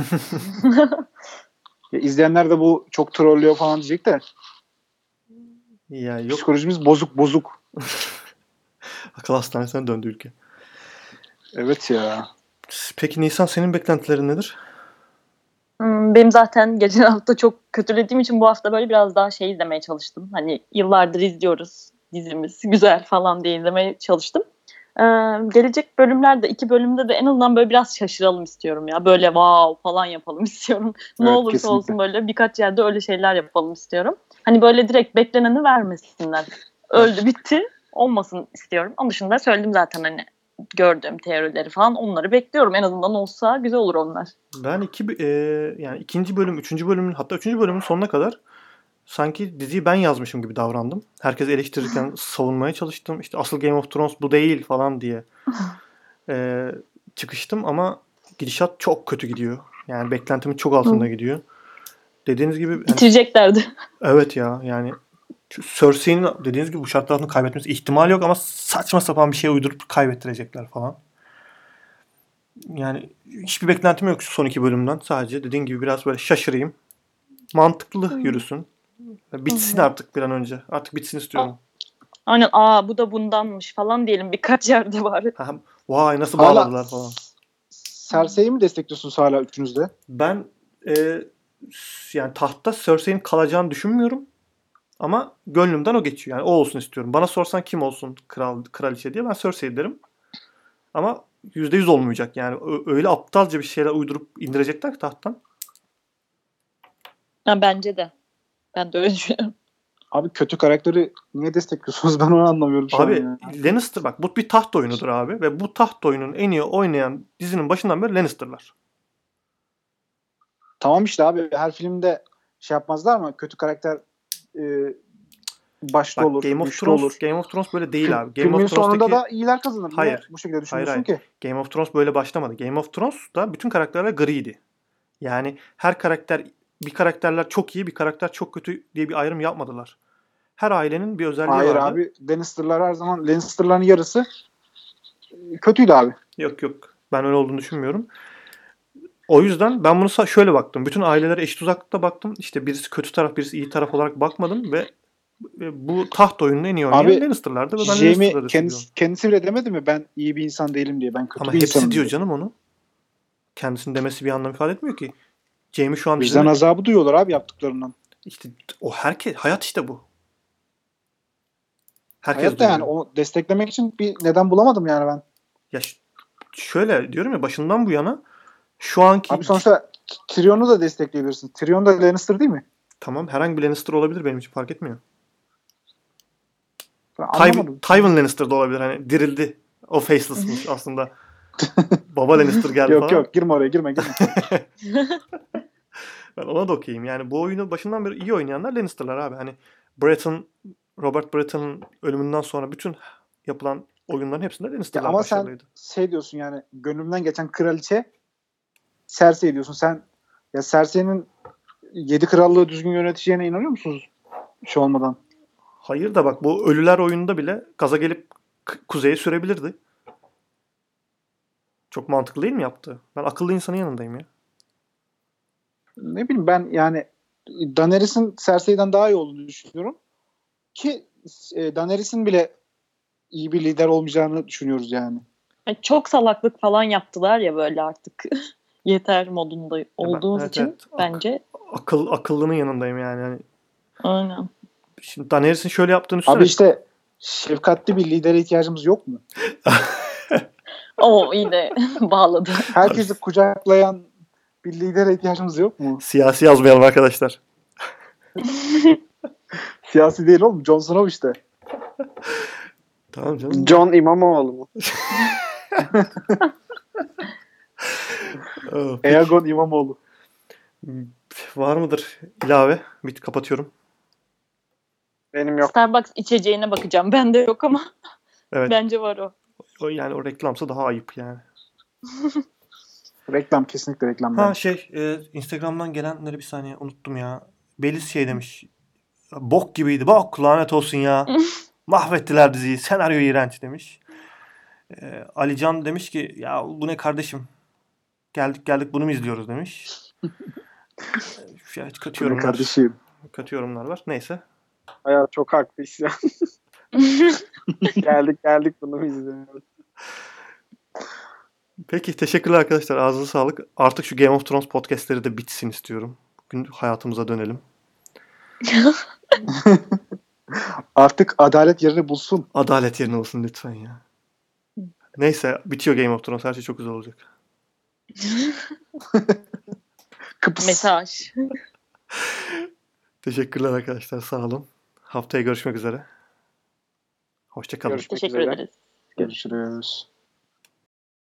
Ya izleyenler de bu çok trollüyor falan diyecek de Ya yok. psikolojimiz bozuk bozuk. Akıl hastanesine döndü ülke. Evet ya. Peki Nisan, senin beklentilerin nedir? Hmm, Benim zaten geçen hafta çok kötülediğim için bu hafta böyle biraz daha şey izlemeye çalıştım. Hani yıllardır izliyoruz dizimiz güzel falan diye izlemeye çalıştım. Ee, gelecek bölümlerde iki bölümde de en azından böyle biraz şaşıralım istiyorum ya. Böyle wow falan yapalım istiyorum. Ne Evet, olursa kesinlikle. olsun böyle birkaç yerde öyle şeyler yapalım istiyorum. Hani böyle direkt bekleneni vermesinler. Öldü bitti olmasın istiyorum. Onun dışında söyledim zaten hani gördüğüm teorileri falan, onları bekliyorum. En azından olsa güzel olur onlar. Ben iki e, yani ikinci bölüm, üçüncü bölümün, hatta üçüncü bölümün sonuna kadar sanki diziyi ben yazmışım gibi davrandım. Herkes eleştirirken savunmaya çalıştım. İşte asıl Game of Thrones bu değil falan diye e, çıkıştım ama gidişat çok kötü gidiyor. Yani beklentimin çok altında gidiyor. Dediğiniz gibi yani, Bitireceklerdi. evet ya yani Cersei'nin dediğiniz gibi bu şartlar altında kaybetmesi ihtimali yok ama saçma sapan bir şey uydurup kaybettirecekler falan. Yani hiçbir beklentim yok şu son iki bölümden. Sadece dediğin gibi biraz böyle şaşırayım. Mantıklı yürüsün. Bitsin Hı. artık bir an önce. Artık bitsin istiyorum. Aynen aa bu da bundanmış falan diyelim birkaç yerde var. Ha, vay nasıl Hala bağladılar falan. Cersei'yi mi destekliyorsunuz hala üçünüz de? Ben e, yani tahtta Cersei'nin kalacağını düşünmüyorum. Ama gönlümden o geçiyor. Yani o olsun istiyorum. Bana sorsan kim olsun kral kraliçe diye ben Cersei derim. Ama yüzde yüz olmayacak yani. Ö- öyle aptalca bir şeyler uydurup indirecekler ki tahttan. Ha, bence de. Ben de öyle düşünüyorum. Abi kötü karakteri niye destekliyorsunuz? Ben onu anlamıyorum şu Abi an ya. Lannister bak bu bir taht oyunudur abi. Ve bu taht oyunun en iyi oynayan dizinin başından beri Lannister'lar. Tamam işte abi her filmde şey yapmazlar mı? Kötü karakter e, başta Bak olur, Game of güçlü Thrones olur. Game of Thrones böyle değil Fil- abi. Game filmin of sonunda Thrones'taki da iyiler kazanır. Niye hayır. bu şekilde Hayır düşünüyorsun hayır. ki? Game of Thrones böyle başlamadı. Game of Thrones'ta bütün karakterler griydi. Yani her karakter bir karakterler çok iyi, bir karakter çok kötü diye bir ayrım yapmadılar. Her ailenin bir özelliği Hayır vardı. abi Lannister'lar her zaman Lannister'ların yarısı e, kötüydü abi. Yok yok. Ben öyle olduğunu düşünmüyorum. O yüzden ben bunu sa- şöyle baktım. Bütün ailelere eşit uzaklıkta baktım. İşte birisi kötü taraf, birisi iyi taraf olarak bakmadım ve ve bu taht oyununu en iyi oynayan Abi Lannister'lardı ve ben Jaime Lannister'ları destekliyorum. kendisi, kendisi bile demedi mi ben iyi bir insan değilim diye. Ben kötü Ama bir hepsi insanım diyor diye. canım onu. Kendisinin demesi bir anlam ifade etmiyor ki. Jaime şu an Vicdan dizinin azabı duyuyorlar abi yaptıklarından. işte o herkes hayat işte bu. Herkes Hayatta duyuyor. yani o desteklemek için bir neden bulamadım yani ben. Ya ş- şöyle diyorum ya başından bu yana şu anki Abi sonuçta Tyrion'u da destekleyebilirsin. Tyrion da Lannister değil mi? tamam herhangi bir Lannister olabilir benim için fark etmiyor. Ben Tywin, anlamadım. Tywin Lannister da olabilir hani dirildi. O faceless'mış aslında. Baba Lannister geldi Yok falan. yok girme oraya girme girme. Ben ona da okeyim. Yani bu oyunu başından beri iyi oynayanlar Lannister'lar abi. Hani Bretton, Robert Bretton'ın ölümünden sonra bütün yapılan oyunların hepsinde Ya Lannister'lar ama sen başarılıydı. şey diyorsun yani gönlümden geçen kraliçe Cersei diyorsun. Sen ya Cersei'nin yedi krallığı düzgün yöneteceğine inanıyor musunuz? Şey olmadan. Hayır da bak bu ölüler oyununda bile gaza gelip k- kuzeye sürebilirdi. Çok mantıklı değil mi yaptığı? Ben akıllı insanın yanındayım ya. Ne bileyim ben yani Daenerys'in Cersei'den daha iyi olduğunu düşünüyorum. Ki e, Daenerys'in bile iyi bir lider olmayacağını düşünüyoruz yani. Yani çok salaklık falan yaptılar ya böyle artık. Yeter modunda Ya ben- olduğumuz evet, için evet. Ak- bence akıl akıllının yanındayım yani. yani aynen. şimdi Daenerys'in şöyle yaptığını düşünsene. Abi işte şefkatli bir lidere ihtiyacımız yok mu? O yine bağladı. Herkesi kucaklayan bir lidere ihtiyacımız yok mu? Siyasi yazmayalım arkadaşlar. Siyasi değil oğlum. Jon Snow işte. Tamam canım. John İmamoğlu mu? Ee, peki, Eagon İmamoğlu. var mıdır ilave? Bit kapatıyorum. Benim yok. Starbucks içeceğine bakacağım. Bende yok ama Evet. bence var o. O, yani o reklamsa daha ayıp yani. Reklam kesinlikle reklam. Ha bence. şey e, Instagram'dan gelenleri bir saniye unuttum ya. Beliz şey demiş. Bok gibiydi. Bok lanet olsun ya. Mahvettiler diziyi. Senaryo iğrenç demiş. E, Alican demiş ki ya bu ne kardeşim? Geldik geldik bunu mu izliyoruz demiş. E, ya, kötü Böyle yorumlar. kardeşim. Kötü yorumlar var. Neyse. Hayat çok haklı isyan. geldik geldik bunu mu izliyoruz? Peki teşekkürler arkadaşlar. Ağzınıza sağlık. Artık şu Game of Thrones podcastleri de bitsin istiyorum. Bugün hayatımıza dönelim. Artık adalet yerini bulsun. Adalet yerine olsun lütfen ya. Neyse bitiyor Game of Thrones. Her şey çok güzel olacak. Kıpıs. Mesaj. Teşekkürler arkadaşlar. Sağ olun. Haftaya görüşmek üzere. Hoşça kalın. Görüşmek Teşekkür üzere. ederiz. Görüşürüz.